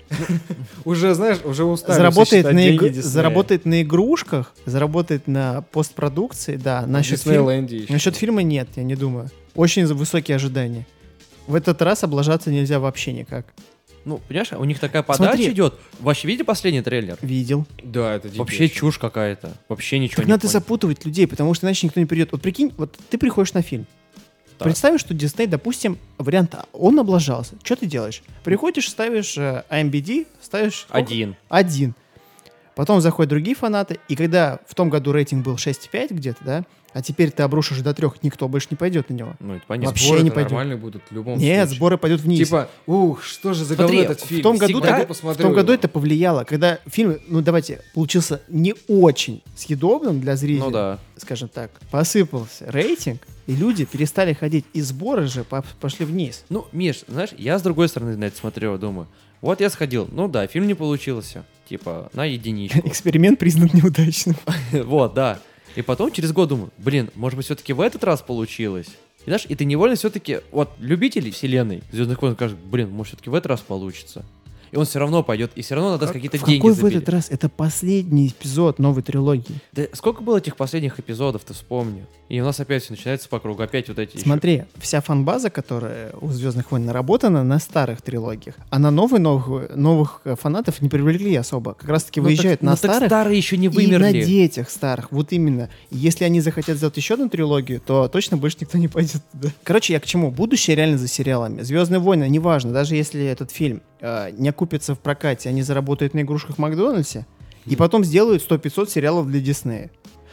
Уже, знаешь, уже устали Заработает все считать на, деньги иг- Диснея. заработает на игрушках, заработает на постпродукции, да. В Насчет, фильм- Диснейленде еще. насчет фильма нет, я не думаю. Очень высокие ожидания. В этот раз облажаться нельзя вообще никак. Ну, понимаешь, у них такая подача Смотри. идет. Вообще, видите последний трейлер? Видел. Да, это дичь. Вообще чушь какая-то. Вообще ничего Так не надо понял. запутывать людей, потому что иначе никто не придет. Вот прикинь, вот ты приходишь на фильм. Так. Представь, что Дисней, допустим, вариант А, он облажался. Что ты делаешь? Приходишь, ставишь э, ай эм ди би, ставишь... сколько? Один. Один. Потом заходят другие фанаты, и когда в том году рейтинг был шесть и пять где-то, да, а теперь ты обрушишь до трех, никто больше не пойдет на него. Ну, это понятно. Вообще Сборы-то не пойдет. нормальные будут в любом Нет, случае. сборы пойдут вниз. Типа, ух, что же за Смотри, говно этот в фильм? том году, Всегда так- посмотрю в том году его. это повлияло, когда фильм, ну давайте, получился не очень съедобным для зрителей, Ну да. скажем так, посыпался рейтинг, и люди перестали ходить, и сборы же по- пошли вниз. Ну, Миш, знаешь, я с другой стороны на это смотрю, думаю. Вот я сходил, ну да, фильм не получился. Типа, на единичку. Эксперимент признан неудачным. Вот, да. И потом через год думаю, блин, может быть, все-таки в этот раз получилось. И знаешь, и ты невольно все-таки, вот, любители вселенной Звездных войн скажут, блин, может, все-таки в этот раз получится. И он все равно пойдет, и все равно надо какие-то В деньги какой в забить. этот раз? Это последний эпизод новой трилогии. Да сколько было этих последних эпизодов, ты вспомни. И у нас опять все начинается по кругу, опять вот эти еще. Смотри, вся фан-база, которая у «Звездных войн» наработана на старых трилогиях, а на новые, новых, новых э, фанатов не привлекли особо. Как раз-таки Ну выезжают так- на ну так старых старые еще не и на вымерли. детях старых. Вот именно. И если они захотят сделать еще одну трилогию, то точно больше никто не пойдет туда. Короче, я к чему? Будущее реально за сериалами. «Звездные войны», неважно, даже если этот фильм э, не окупится в прокате, они заработают на игрушках в Макдональдсе, и потом сделают сто-пятьсот сериалов для Диснея.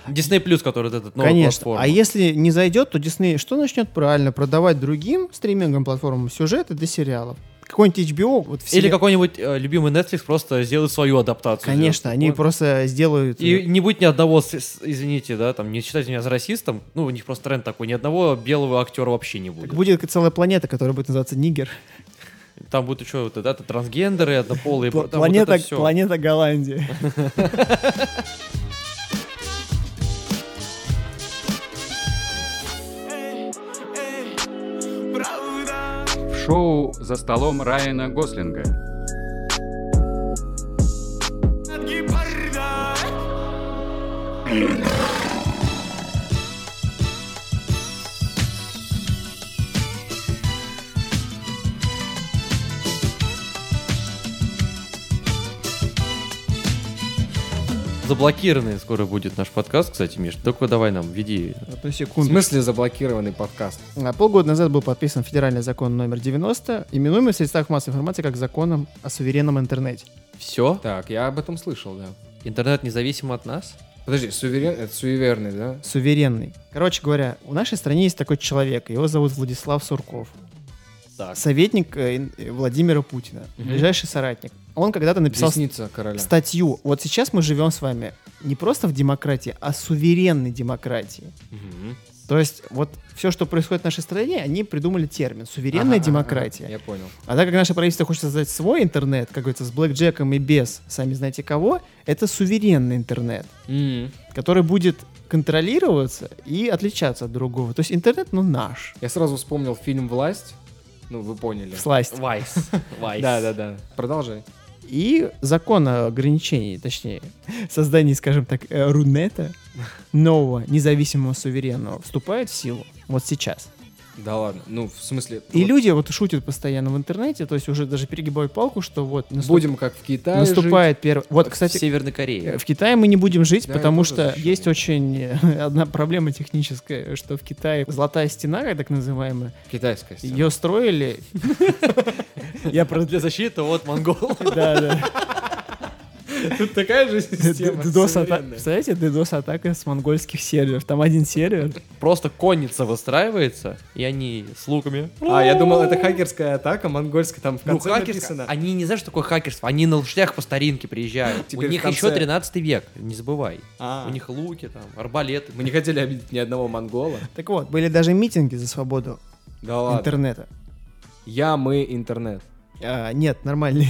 Disney Plus, который вот этот новый Конечно. платформа. А если не зайдет, то Disney что начнет правильно? Продавать другим стриминговым платформам сюжеты для сериалов. Какой-нибудь эйч би о. Вот в Или сериал- какой-нибудь э, любимый Netflix просто сделает свою адаптацию. Конечно, сделает. они Вот. просто сделают... И не будет ни одного, с- с- извините, да, там, не считайте меня за расистом, ну, у них просто тренд такой, ни одного белого актера вообще не будет. Так будет целая планета, которая будет называться Нигер. Там будут еще вот это, трансгендеры, однополые. Пла- там вот Планета, это всё. планета Голландия. В шоу «За столом» Райана Гослинга. Заблокированный скоро будет наш подкаст, кстати, Миш. Только давай нам, веди. Одну В секунду. смысле заблокированный подкаст? А, Полгода назад был подписан федеральный закон номер девяносто, именуемый в средствах массовой информации как законом о суверенном интернете. Все? Так, я об этом слышал, да. Интернет независим от нас? Подожди, суверен... это суеверный, да? Суверенный. Короче говоря, в нашей стране есть такой человек, его зовут Владислав Сурков. Так. Советник э, ин- э, Владимира Путина, Мгм. ближайший соратник. Он когда-то написал с- Десница короля. статью. Вот сейчас мы живем с вами не просто в демократии, а суверенной демократии. Мгм. То есть вот все, что происходит в нашей стране, они придумали термин суверенная Ага, демократия. ага, я понял. А так как наше правительство хочет создать свой интернет, как говорится, с блэкджеком и без, сами знаете кого, это суверенный интернет, М. который будет контролироваться и отличаться от другого. То есть интернет, ну, наш. Я сразу вспомнил фильм «Власть». Ну, вы поняли. Сласть. Вайс. Вайс. Да, да, да. Продолжай. И закон о ограничении, точнее, создании, скажем так, э, Рунета, нового независимого суверенного, вступает в силу вот сейчас. Да ладно. Ну, в смысле... И вот люди вот шутят постоянно в интернете, то есть уже даже перегибают палку, что вот наступ- будем как в Китае наступает первый... Вот, В кстати, Северной э, Корее. в Китае мы не будем жить, Да, я потому тоже что защищаю. есть очень э, одна проблема техническая, что в Китае золотая стена, так называемая, жить. Китайская стена. ее строили... Я про... Для защиты от монгол. Да, да. Тут такая же система. DDoS-атака. Представляете, DDoS-атака с монгольских серверов. Там один сервер. Просто конница выстраивается, и они с луками. А, я думал, это хакерская атака, монгольская, там в Ну, конце хакерская. написано. Они не знают, что такое хакерство. Они на лошадях по старинке приезжают. Теперь У них в конце- еще тринадцатый век, не забывай. А. У них луки, там, арбалеты. Мы не хотели обидеть ни одного монгола. Так вот, были даже митинги за свободу Да ладно. интернета. Я, мы, интернет. А, нет, нормальный.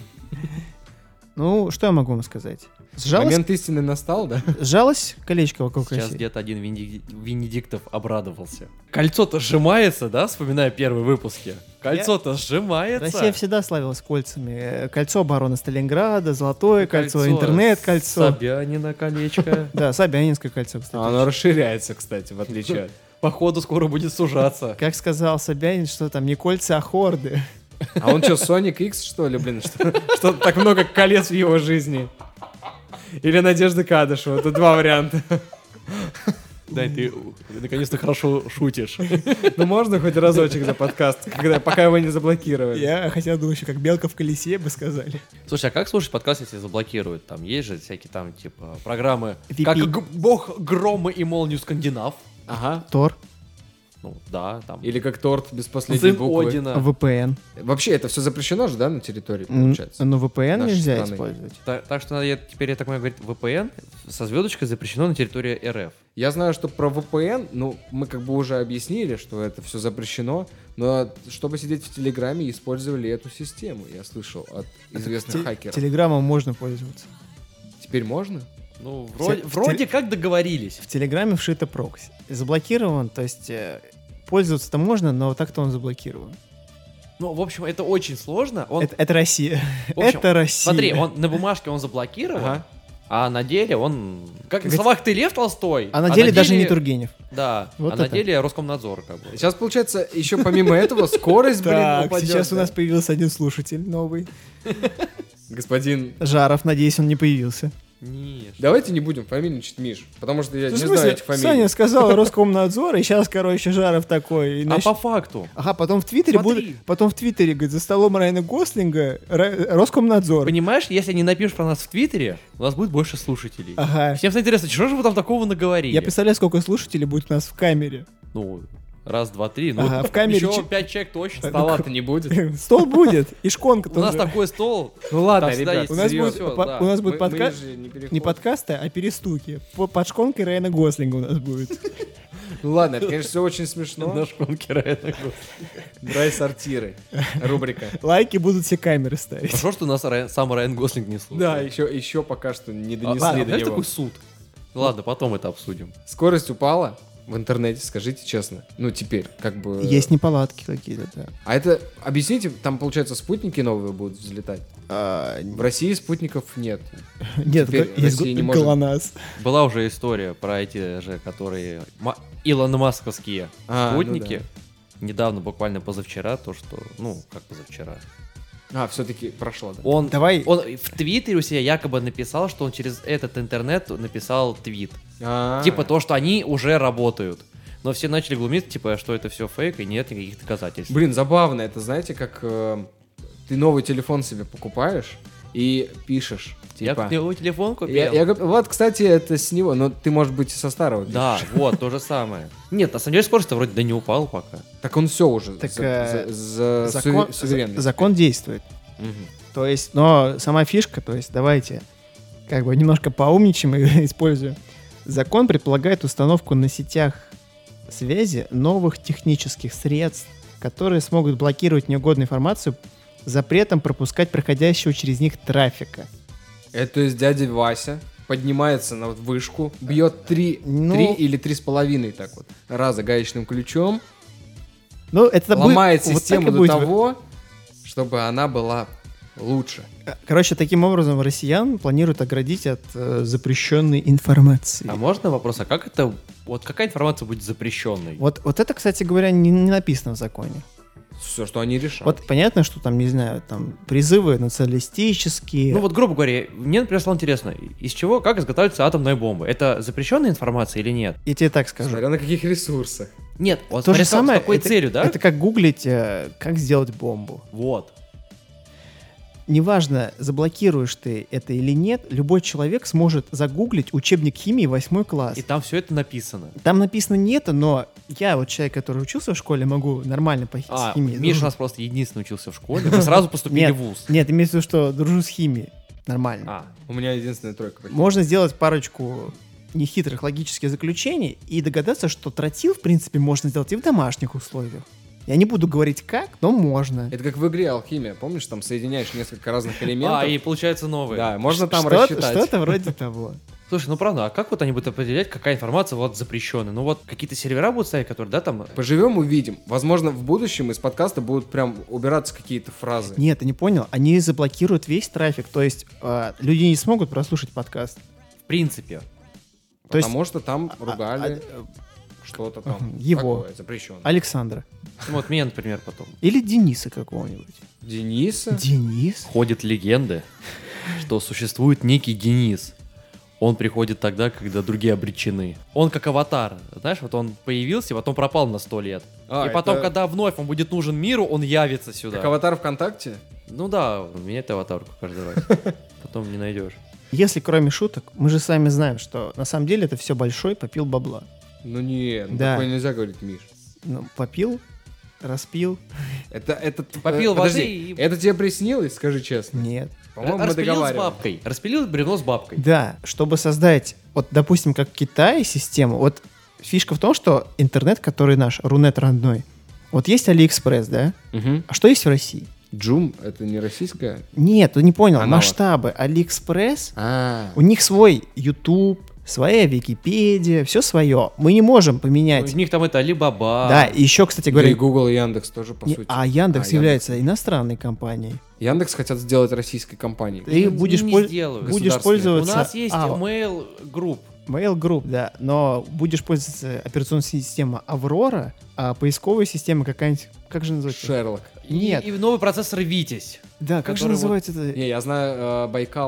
Ну, что я могу вам сказать? Сжалось, Момент истины настал, да? сжалось колечко вокруг Сейчас России? где-то один Венедик- Венедиктов обрадовался. Кольцо-то сжимается, да, вспоминая первые выпуски? Кольцо-то сжимается. Россия всегда славилась кольцами. Э, Кольцо обороны Сталинграда, золотое кольцо, интернет-кольцо. Собянина колечко. Да, Собянинское кольцо, кстати. А оно расширяется, кстати, в отличие от... Походу скоро будет сужаться. Как сказал Собянин, что там не кольца, а хорды. А он что, Sonic X, что ли, блин? Что, что так много колец в его жизни? Или Надежда Кадышева? Тут два варианта. Да, ты наконец-то хорошо шутишь. Ну, можно хоть разочек за подкаст, когда, пока его не заблокировали? Я хотел думать, еще как белка в колесе бы сказали. Слушай, а как слушать подкаст, если заблокируют? Там есть же всякие там, типа, программы, ви пи. как г- бог грома и молнию скандинав. Ага. Тор, Ну, да, там. Или как торт без последней Сын буквы. Одина. ви пи эн. Вообще, это все запрещено же, да, на территории, М, получается? Ну, ви пи эн Нашей нельзя страны. использовать. Та- Так что надо, я- теперь, я так понимаю, говорить, ви пи эн со звездочкой запрещено на территории эр эф. Я знаю, что про ви пи эн, ну, мы как бы уже объяснили, что это все запрещено, но чтобы сидеть в Телеграме, использовали эту систему, я слышал, от известных Те- хакеров. Телеграммом можно пользоваться. Теперь можно? Ну, вроде, в вроде теле- как договорились. В Телеграме вшито прокси. Заблокирован, то есть э, пользоваться-то можно, но так-то он заблокирован. Ну, в общем, это очень сложно. Он, Это, это Россия. в общем, это Россия. Смотри, он на бумажке он заблокирован, Ага. а на деле он... Как на Как словах ты Лев Толстой, А на деле даже не Тургенев. Да, Вот а на это. деле Роскомнадзор как бы. Сейчас, получается, еще помимо этого скорость, блин, Так, упадет, сейчас у да. нас появился один слушатель новый. Господин... Жаров, надеюсь, он не появился. Нет. Давайте не будем фамильничать Миш, потому что я Ну, не в смысле, знаю этих фамилий. Саня сказал Роскомнадзор, и сейчас, короче, Жаров такой. и А нач- по факту? Ага, потом в Твиттере Смотри. будет, потом в Твиттере, говорит, за столом Райана Гослинга Ра- Роскомнадзор. Понимаешь, если не напишешь про нас в Твиттере, у нас будет больше слушателей. Ага. Всем станет интересно, что же вы там такого наговорили? Я представляю, сколько слушателей будет у нас в камере. Ну, раз, два, три. Ну, Ага, в камере еще че- пять человек точно. Стола-то не будет. Стол будет, и шконка У нас тоже. такой стол. Ну ладно, Там всегда ребят, есть У нас сырье, будет, всё, по- да. у нас будет Мы- мы подкаст, же не переходим. не подкасты, а перестуки. По- Под шконкой Райана Гослинга у нас будет. Ну ладно, это, конечно, все очень смешно. На шконке Райана Драй-сортиры. Рубрика. Лайки будут все камеры ставить. Хорошо, что нас Райан- сам Райан Гослинг не слушает. Да, еще, еще пока что не А, донесли ладно, до знаешь, него. такой суд? Ладно, потом это обсудим. Скорость упала в интернете, скажите честно. Ну, теперь, как бы... Есть неполадки какие-то, да. А это, объясните, там, получается, спутники новые будут взлетать? А, В России спутников нет. Нет, Теперь есть Россия не г- может. ГЛОНАСС. Была уже история про эти же, которые ма- Илон Масковские А, ну спутники. Недавно, буквально позавчера, то, что, ну, как позавчера. А, все-таки прошло, да? Он, Давай. он в Твиттере у себя якобы написал, что он через этот интернет написал твит. А. Типа то, что они уже работают. Но все начали глумиться, типа, что это все фейк и нет никаких доказательств. Блин, забавно. Это, знаете, как э, ты новый телефон себе покупаешь и пишешь, Я типа... новый телефон купил. Я- я говорю, вот, кстати, это с него, но ты, может быть, и со старого. Да, пишешь. вот, то же самое. Нет, на самом деле скорость-то вроде да не упал пока. Так он все уже Так, за- э, за- за- Закон, су- суверенный. за- закон действует. Мгм. То есть, но сама фишка, то есть, давайте как бы немножко поумничаем и используем. Закон предполагает установку на сетях связи новых технических средств, которые смогут блокировать неугодную информацию запретом пропускать проходящего через них трафика. Это то есть дядя Вася поднимается на вот вышку, бьет три, Ну- три или три с половиной так вот раза гаечным ключом, Ну, это будет- ломает вот так систему и до будет. того, чтобы она была лучше. Короче, таким образом россиян планируют оградить от э, запрещенной информации. А можно вопрос, а как это, вот какая информация будет запрещенной? Вот, вот это, кстати говоря, не, не написано в законе. Все, что они решат. Вот понятно, что там, не знаю, там призывы националистические. Ну вот, грубо говоря, мне, например, стало интересно, из чего, как изготавливается атомная бомба? Это запрещенная информация или нет? Я тебе так скажу. Смотря на каких ресурсах. Нет, вот То же смотря с- самое, с какой это, целью, да? это как гуглить, э, как сделать бомбу. Вот. Неважно, заблокируешь ты это или нет, любой человек сможет загуглить учебник химии восьмой класс. И там все это написано. Там написано нет, но я вот человек, который учился в школе, могу нормально по хи- А, с химией. Миша у дружу. нас просто единственный учился в школе, мы сразу поступили Нет, в ВУЗ. нет, имеется в виду, что дружу с химией. Нормально. А, У меня единственная тройка. почти. Можно сделать парочку нехитрых логических заключений и догадаться, что тротил, в принципе, можно сделать и в домашних условиях. Я не буду говорить как, но можно. Это как в игре алхимия, помнишь, там соединяешь несколько разных элементов. а, и получается новые. Да, можно там Что-то- рассчитать. Что-то вроде того. Слушай, ну правда, а как вот они будут определять, какая информация вот запрещенная? Ну вот какие-то сервера будут ставить, которые, да, там... Поживем, увидим. Возможно, в будущем из подкаста будут прям убираться какие-то фразы. Нет, ты не понял. Они заблокируют весь трафик. То есть э, люди не смогут прослушать подкаст. В принципе. То есть- Потому что там А- ругали а- что-то там. Мгм, его. Такое запрещенное. Александра. Ну, вот меня, например, потом. Или Дениса какого-нибудь. Дениса? Денис? Ходят легенды, что существует некий Денис. Он приходит тогда, когда другие обречены. Он как аватар. Знаешь, вот он появился, потом пропал на сто лет. А, И потом, это когда вновь он будет нужен миру, он явится сюда. Как аватар ВКонтакте? Ну да, меняет аватарку каждый раз. Потом не найдешь. Если кроме шуток, мы же сами знаем, что на самом деле это все большой попил бабла. Ну не, ну Да. такое нельзя говорить, Миш. Ну, попил, распил. Это, это, Попил э, подожди, воды и- это тебе приснилось, скажи честно? Нет. По-моему, мы Распилил с договаривались. бабкой. Распилил бревно с бабкой. Да, чтобы создать, вот, допустим, как в Китае систему, вот фишка в том, что интернет, который наш, Рунет родной, вот есть Алиэкспресс, да? Мгм. А что есть в России? Джум, это не российская? Нет, ты не понял, Аналог. масштабы. Алиэкспресс, А, у них свой YouTube, своя Википедия, все свое. Мы не можем У поменять. них там это Алибаба. Да, и еще, кстати да и говоря, Google и Яндекс тоже, по не- сути. а Яндекс А, является иностранной компанией. Яндекс хотят сделать российской компанией. Ты Ну, будешь, не пол- сделают. будешь Государственной. У пользоваться... нас есть А, Mail Group. Mail Group, да, но будешь пользоваться операционной системой Аврора, а поисковая система какая-нибудь, как же называется? Шерлок. Нет. И, и новый процессор Витязь. Да, как же который называется это? Не, я знаю, э, Байкал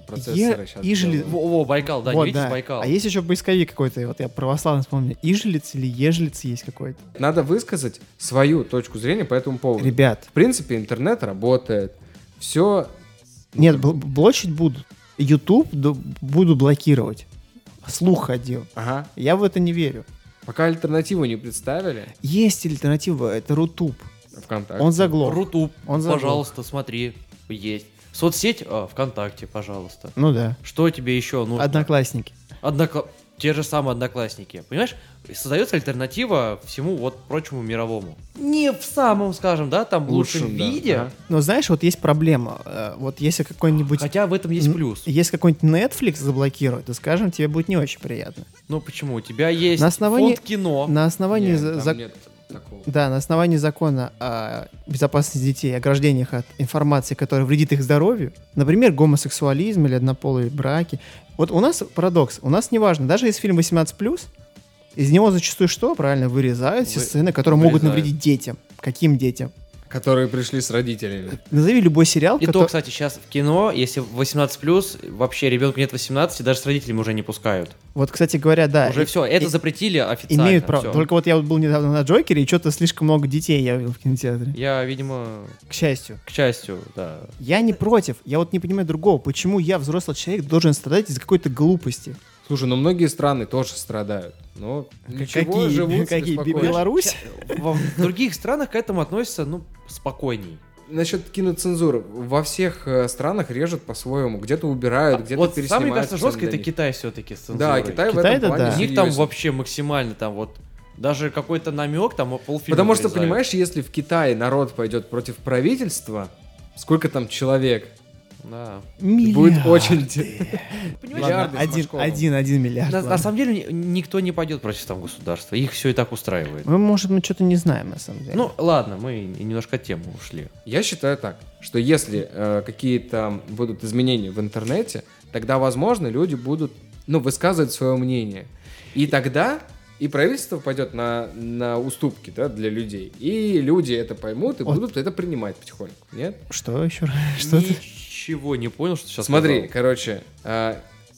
процессоры Е- сейчас ижели- делают. Во, во, Байкал, да, Вот, не видите да. Байкал? А есть еще поисковик какой-то, вот я православный вспомнил. Ижелец или ежелец есть какой-то. Надо высказать свою точку зрения по этому поводу. Ребят, В принципе, интернет работает. Все. нет, бл- блочить будут. YouTube ду- буду блокировать. Слух ходил. Ага. Я в это не верю. Пока альтернативу не представили, Есть альтернатива, это Рутуб. ВКонтакте. Он заглох. Рутуб, Он заглох. пожалуйста, смотри, есть. Соцсеть а, ВКонтакте, пожалуйста. Ну да. Что тебе еще нужно? Одноклассники. Однокла- Те же самые одноклассники. Понимаешь, создается альтернатива всему вот прочему мировому. Не в самом, скажем, да, там лучшем, Лучшем, да. виде. Ага. Но знаешь, вот есть проблема. Э, Вот если какой-нибудь... Хотя в этом есть н- плюс. Если какой-нибудь Netflix заблокирует, то, скажем, тебе будет не очень приятно. Ну почему? У тебя есть На основании- фонд кино. На основании... Нет, за- там за- нет такого. Да, на основании закона о безопасности детей, ограждениях от информации, которая вредит их здоровью, например, гомосексуализм или однополые браки. Вот у нас парадокс. У нас неважно, даже если фильм восемнадцать плюс, из него зачастую что? Правильно, вырезают все Вы- сцены, которые могут вырезают. навредить детям. Каким детям? Которые пришли с родителями. Назови любой сериал, И то, который... кстати, сейчас в кино, если восемнадцать плюс, вообще ребенку нет восемнадцати, даже с родителями уже не пускают. Вот, кстати говоря, да. Уже и- все, это и- запретили официально. Имеют право. всё. Только вот я вот был недавно на Джокере, и что-то слишком много детей я видел в кинотеатре. Я, видимо, К счастью. к счастью, да. Я не против. Я вот не понимаю другого. Почему я, взрослый человек, должен страдать из-за какой-то глупости? Слушай, ну многие страны тоже страдают. Но ничего, какие? живут себе Какие? спокойно. Беларусь? Во- В других странах к этому относятся, ну, спокойней. Насчет киноцензуры. Во всех э, странах режут по-своему. Где-то убирают, где-то Вот переснимают. самое, мне кажется, сцены жестко для это них. Китай все-таки с цензурой. Да, Китай в Китай этом это плане да. У них там серьезен. вообще максимально там вот даже какой-то намек, там полфильма Потому что, вырезают. понимаешь, если в Китае народ пойдет против правительства, сколько там человек, Да. будет Миллиарды. очень... Понимаешь, Ладно, Миллиарды с один, Машковым. один, один миллиард. на, ладно. на самом деле ни- никто не пойдет против там государства. Их все и так устраивает. Мы, может, мы что-то не знаем, на самом деле. Ну, ладно, мы немножко от темы ушли. Я считаю так, что если э, какие-то будут изменения в интернете, тогда, возможно, люди будут, ну, высказывать свое мнение. И тогда и правительство пойдет на, на уступки, да, для людей. И люди это поймут и Вот. будут это принимать потихоньку. Нет? Что еще раз? Что ты? Ничего не понял, что сейчас Смотри, сказал. короче, э,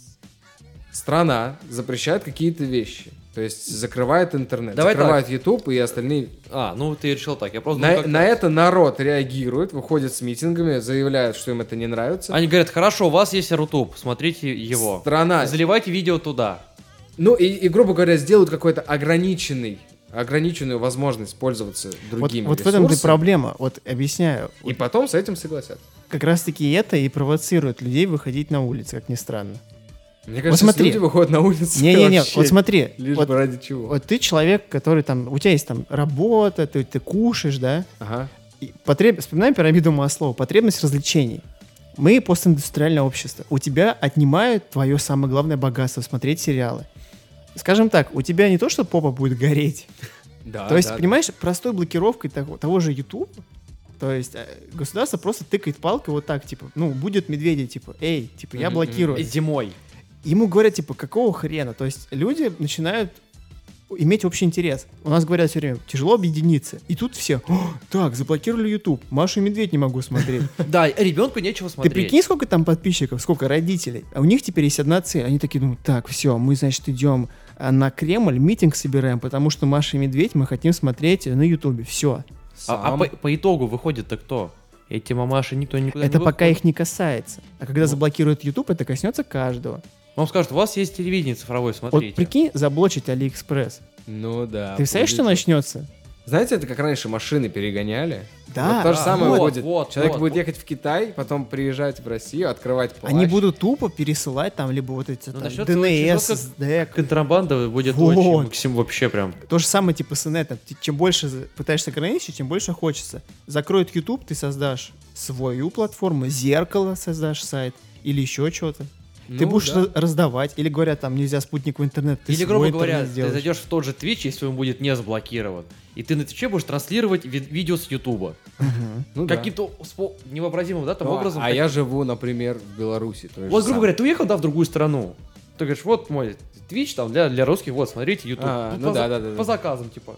страна запрещает какие-то вещи. То есть закрывает интернет, Давай закрывает YouTube и остальные. А, ну ты решил так. Я просто На, думал, как на так. это народ реагирует, выходит с митингами, заявляют, что им это не нравится. Они говорят, хорошо, у вас есть Рутуб, смотрите его. Страна. Заливайте видео туда. Ну и, и, грубо говоря, сделают какой-то ограниченный, ограниченную возможность пользоваться Вот, другими вот в этом и ресурсами, проблема. Вот объясняю. и потом с этим согласятся. Как раз-таки это и провоцирует людей выходить на улицы, как ни странно. Мне кажется, смотри. если люди выходят на улицу Не-не-не, вообще вот смотри. лишь Вот, бы ради чего. вот ты человек, который там... У тебя есть там работа, ты, ты кушаешь, да? Ага. И потреб... Вспоминаем пирамиду Маслоу. Потребность развлечений. Мы постиндустриальное общество. У тебя отнимают твое самое главное богатство — смотреть сериалы. Скажем так, у тебя не то, что попа будет гореть. Да, То есть, да, понимаешь, простой блокировкой того, того же YouTube, то есть э, государство просто тыкает палкой вот так, типа, ну, будет медведи, типа, эй, типа, я Мгм, блокирую. Зимой. Ему говорят, типа, какого хрена? То есть люди начинают иметь общий интерес. У нас говорят все время, тяжело объединиться. И тут все, «О, так, заблокировали YouTube, Машу и Медведь не могу смотреть. Да, ребенку нечего Ты смотреть. прикинь, сколько там подписчиков, сколько родителей. А у них теперь есть одна цель. Они такие думают, так, все, мы, значит, идем а, на Кремль, митинг собираем, потому что Маша и Медведь мы хотим смотреть на Ютубе. Все. А, а Сам. по, по итогу выходит-то кто? Эти мамаши никто никуда Это не пока выходит. их не касается. А когда Ну. заблокируют YouTube, это коснется каждого. Вам скажут, у вас есть телевидение цифровое, Вот смотрите. прикинь, заблочить Алиэкспресс. Ну да. Ты представляешь, что будет. начнется? Знаете, это как раньше машины перегоняли. Да, Вот то же да, самое вот, будет. вот, Человек вот, будет вот. ехать в Китай, потом приезжать в Россию, открывать плащ. Они будут тупо пересылать там либо вот эти Ну, там, начнется ди эн эс, очень эс ди, Контрабанда будет Вот. очень максим вообще прям. то же самое типа с инетом. Ты чем больше за- пытаешься ограничить, тем больше хочется. Закроют YouTube, ты создашь свою платформу, зеркало создашь сайт или еще что-то. Ты Ну, будешь да. раз- раздавать, или говорят, там нельзя спутниковый интернет, ты Или, свой грубо интернет говоря, ты сделаешь. зайдешь в тот же Twitch, если он будет не заблокирован. И ты на Твиче будешь транслировать ви- видео с Ютуба. Мгм. Ну да. Каким-то спо- невообразимым, да, там Ну, образом. а так- я живу, например, в Беларуси. то же Вот, грубо самое. говоря, ты уехал, да, в другую страну. Ты говоришь, вот мой Twitch там для, для русских, вот, смотрите, YouTube. А, Тут ну по, да, за- да, да, по да. заказам, типа.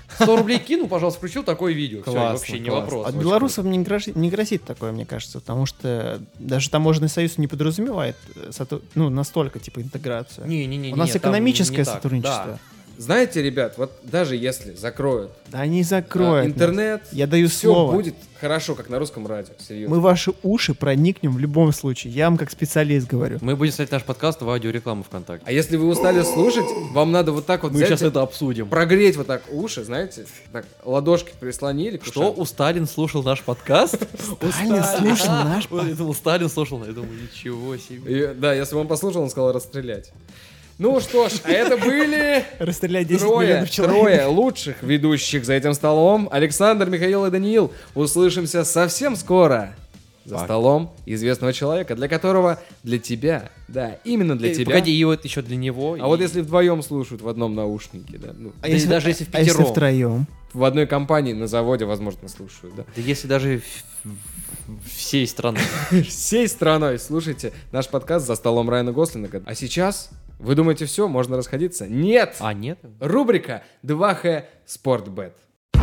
сто рублей кину, пожалуйста, включил такое видео. Все, Классно, вообще не классно. вопрос. От Очень белорусам не грозит, не грозит такое, мне кажется, потому что даже таможенный союз не подразумевает э, соту- ну, настолько, типа, интеграцию. Не-не-не. У нас экономическое сотрудничество. Да. Знаете, ребят, вот даже если закроют Да они а, закроют. нас. интернет, Я даю все слово. будет хорошо, как на русском радио, серьезно. Мы в ваши уши проникнем в любом случае. Я вам как специалист говорю. Мы будем ставить наш подкаст в аудиорекламу ВКонтакте. А если вы устали слушать, вам надо вот так вот Мы взять сейчас и это обсудим. прогреть вот так уши, знаете, так ладошки прислонили к Что, ушам. у Сталин слушал наш подкаст? Сталин слушал наш подкаст. Я думал, Сталин слушал. Я думаю, ничего себе. И, да, если бы он послушал, он сказал расстрелять. Ну что ж, а это были Расстрелять десять трое, миллионов человек. трое лучших ведущих за этим столом. Александр, Михаил и Даниил. Услышимся совсем скоро. За Пока. столом известного человека, для которого, для тебя, да, именно для Э, тебя. Погоди, и вот еще для него. А вот если вдвоем слушают в одном наушнике, да, ну, А Да и даже если а если впятером. втроем? в одной компании на заводе, возможно, слушают, да. Да если даже в- в- всей страны. Всей страной слушайте наш подкаст «За столом Райана Гослинга». А сейчас, вы думаете, все, можно расходиться? Нет! А, нет? Рубрика два х Спортбет.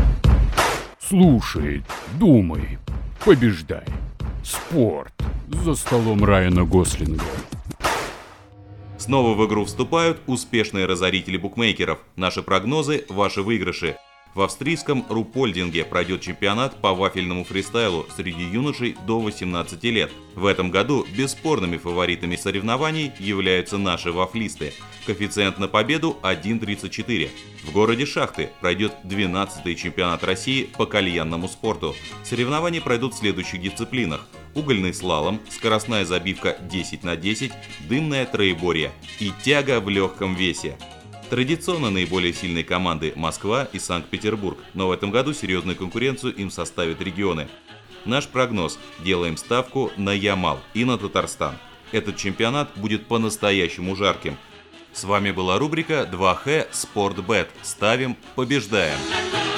Слушай, думай, побеждай. Спорт за столом Райана Гослинга. Снова в игру вступают успешные разорители букмекеров. Наши прогнозы – ваши выигрыши. В австрийском Рупольдинге пройдет чемпионат по вафельному фристайлу среди юношей до восемнадцати лет. В этом году бесспорными фаворитами соревнований являются наши вафлисты. Коэффициент на победу один целых тридцать четыре сотых. В городе Шахты пройдет двенадцатый чемпионат России по кальянному спорту. Соревнования пройдут в следующих дисциплинах: угольный слалом, скоростная забивка десять на десять, дымное троеборье и тяга в легком весе. Традиционно наиболее сильные команды Москва и Санкт-Петербург, но в этом году серьезную конкуренцию им составят регионы. Наш прогноз: делаем ставку на Ямал и на Татарстан. Этот чемпионат будет по-настоящему жарким. С вами была рубрика два х Спортбет. Ставим, побеждаем!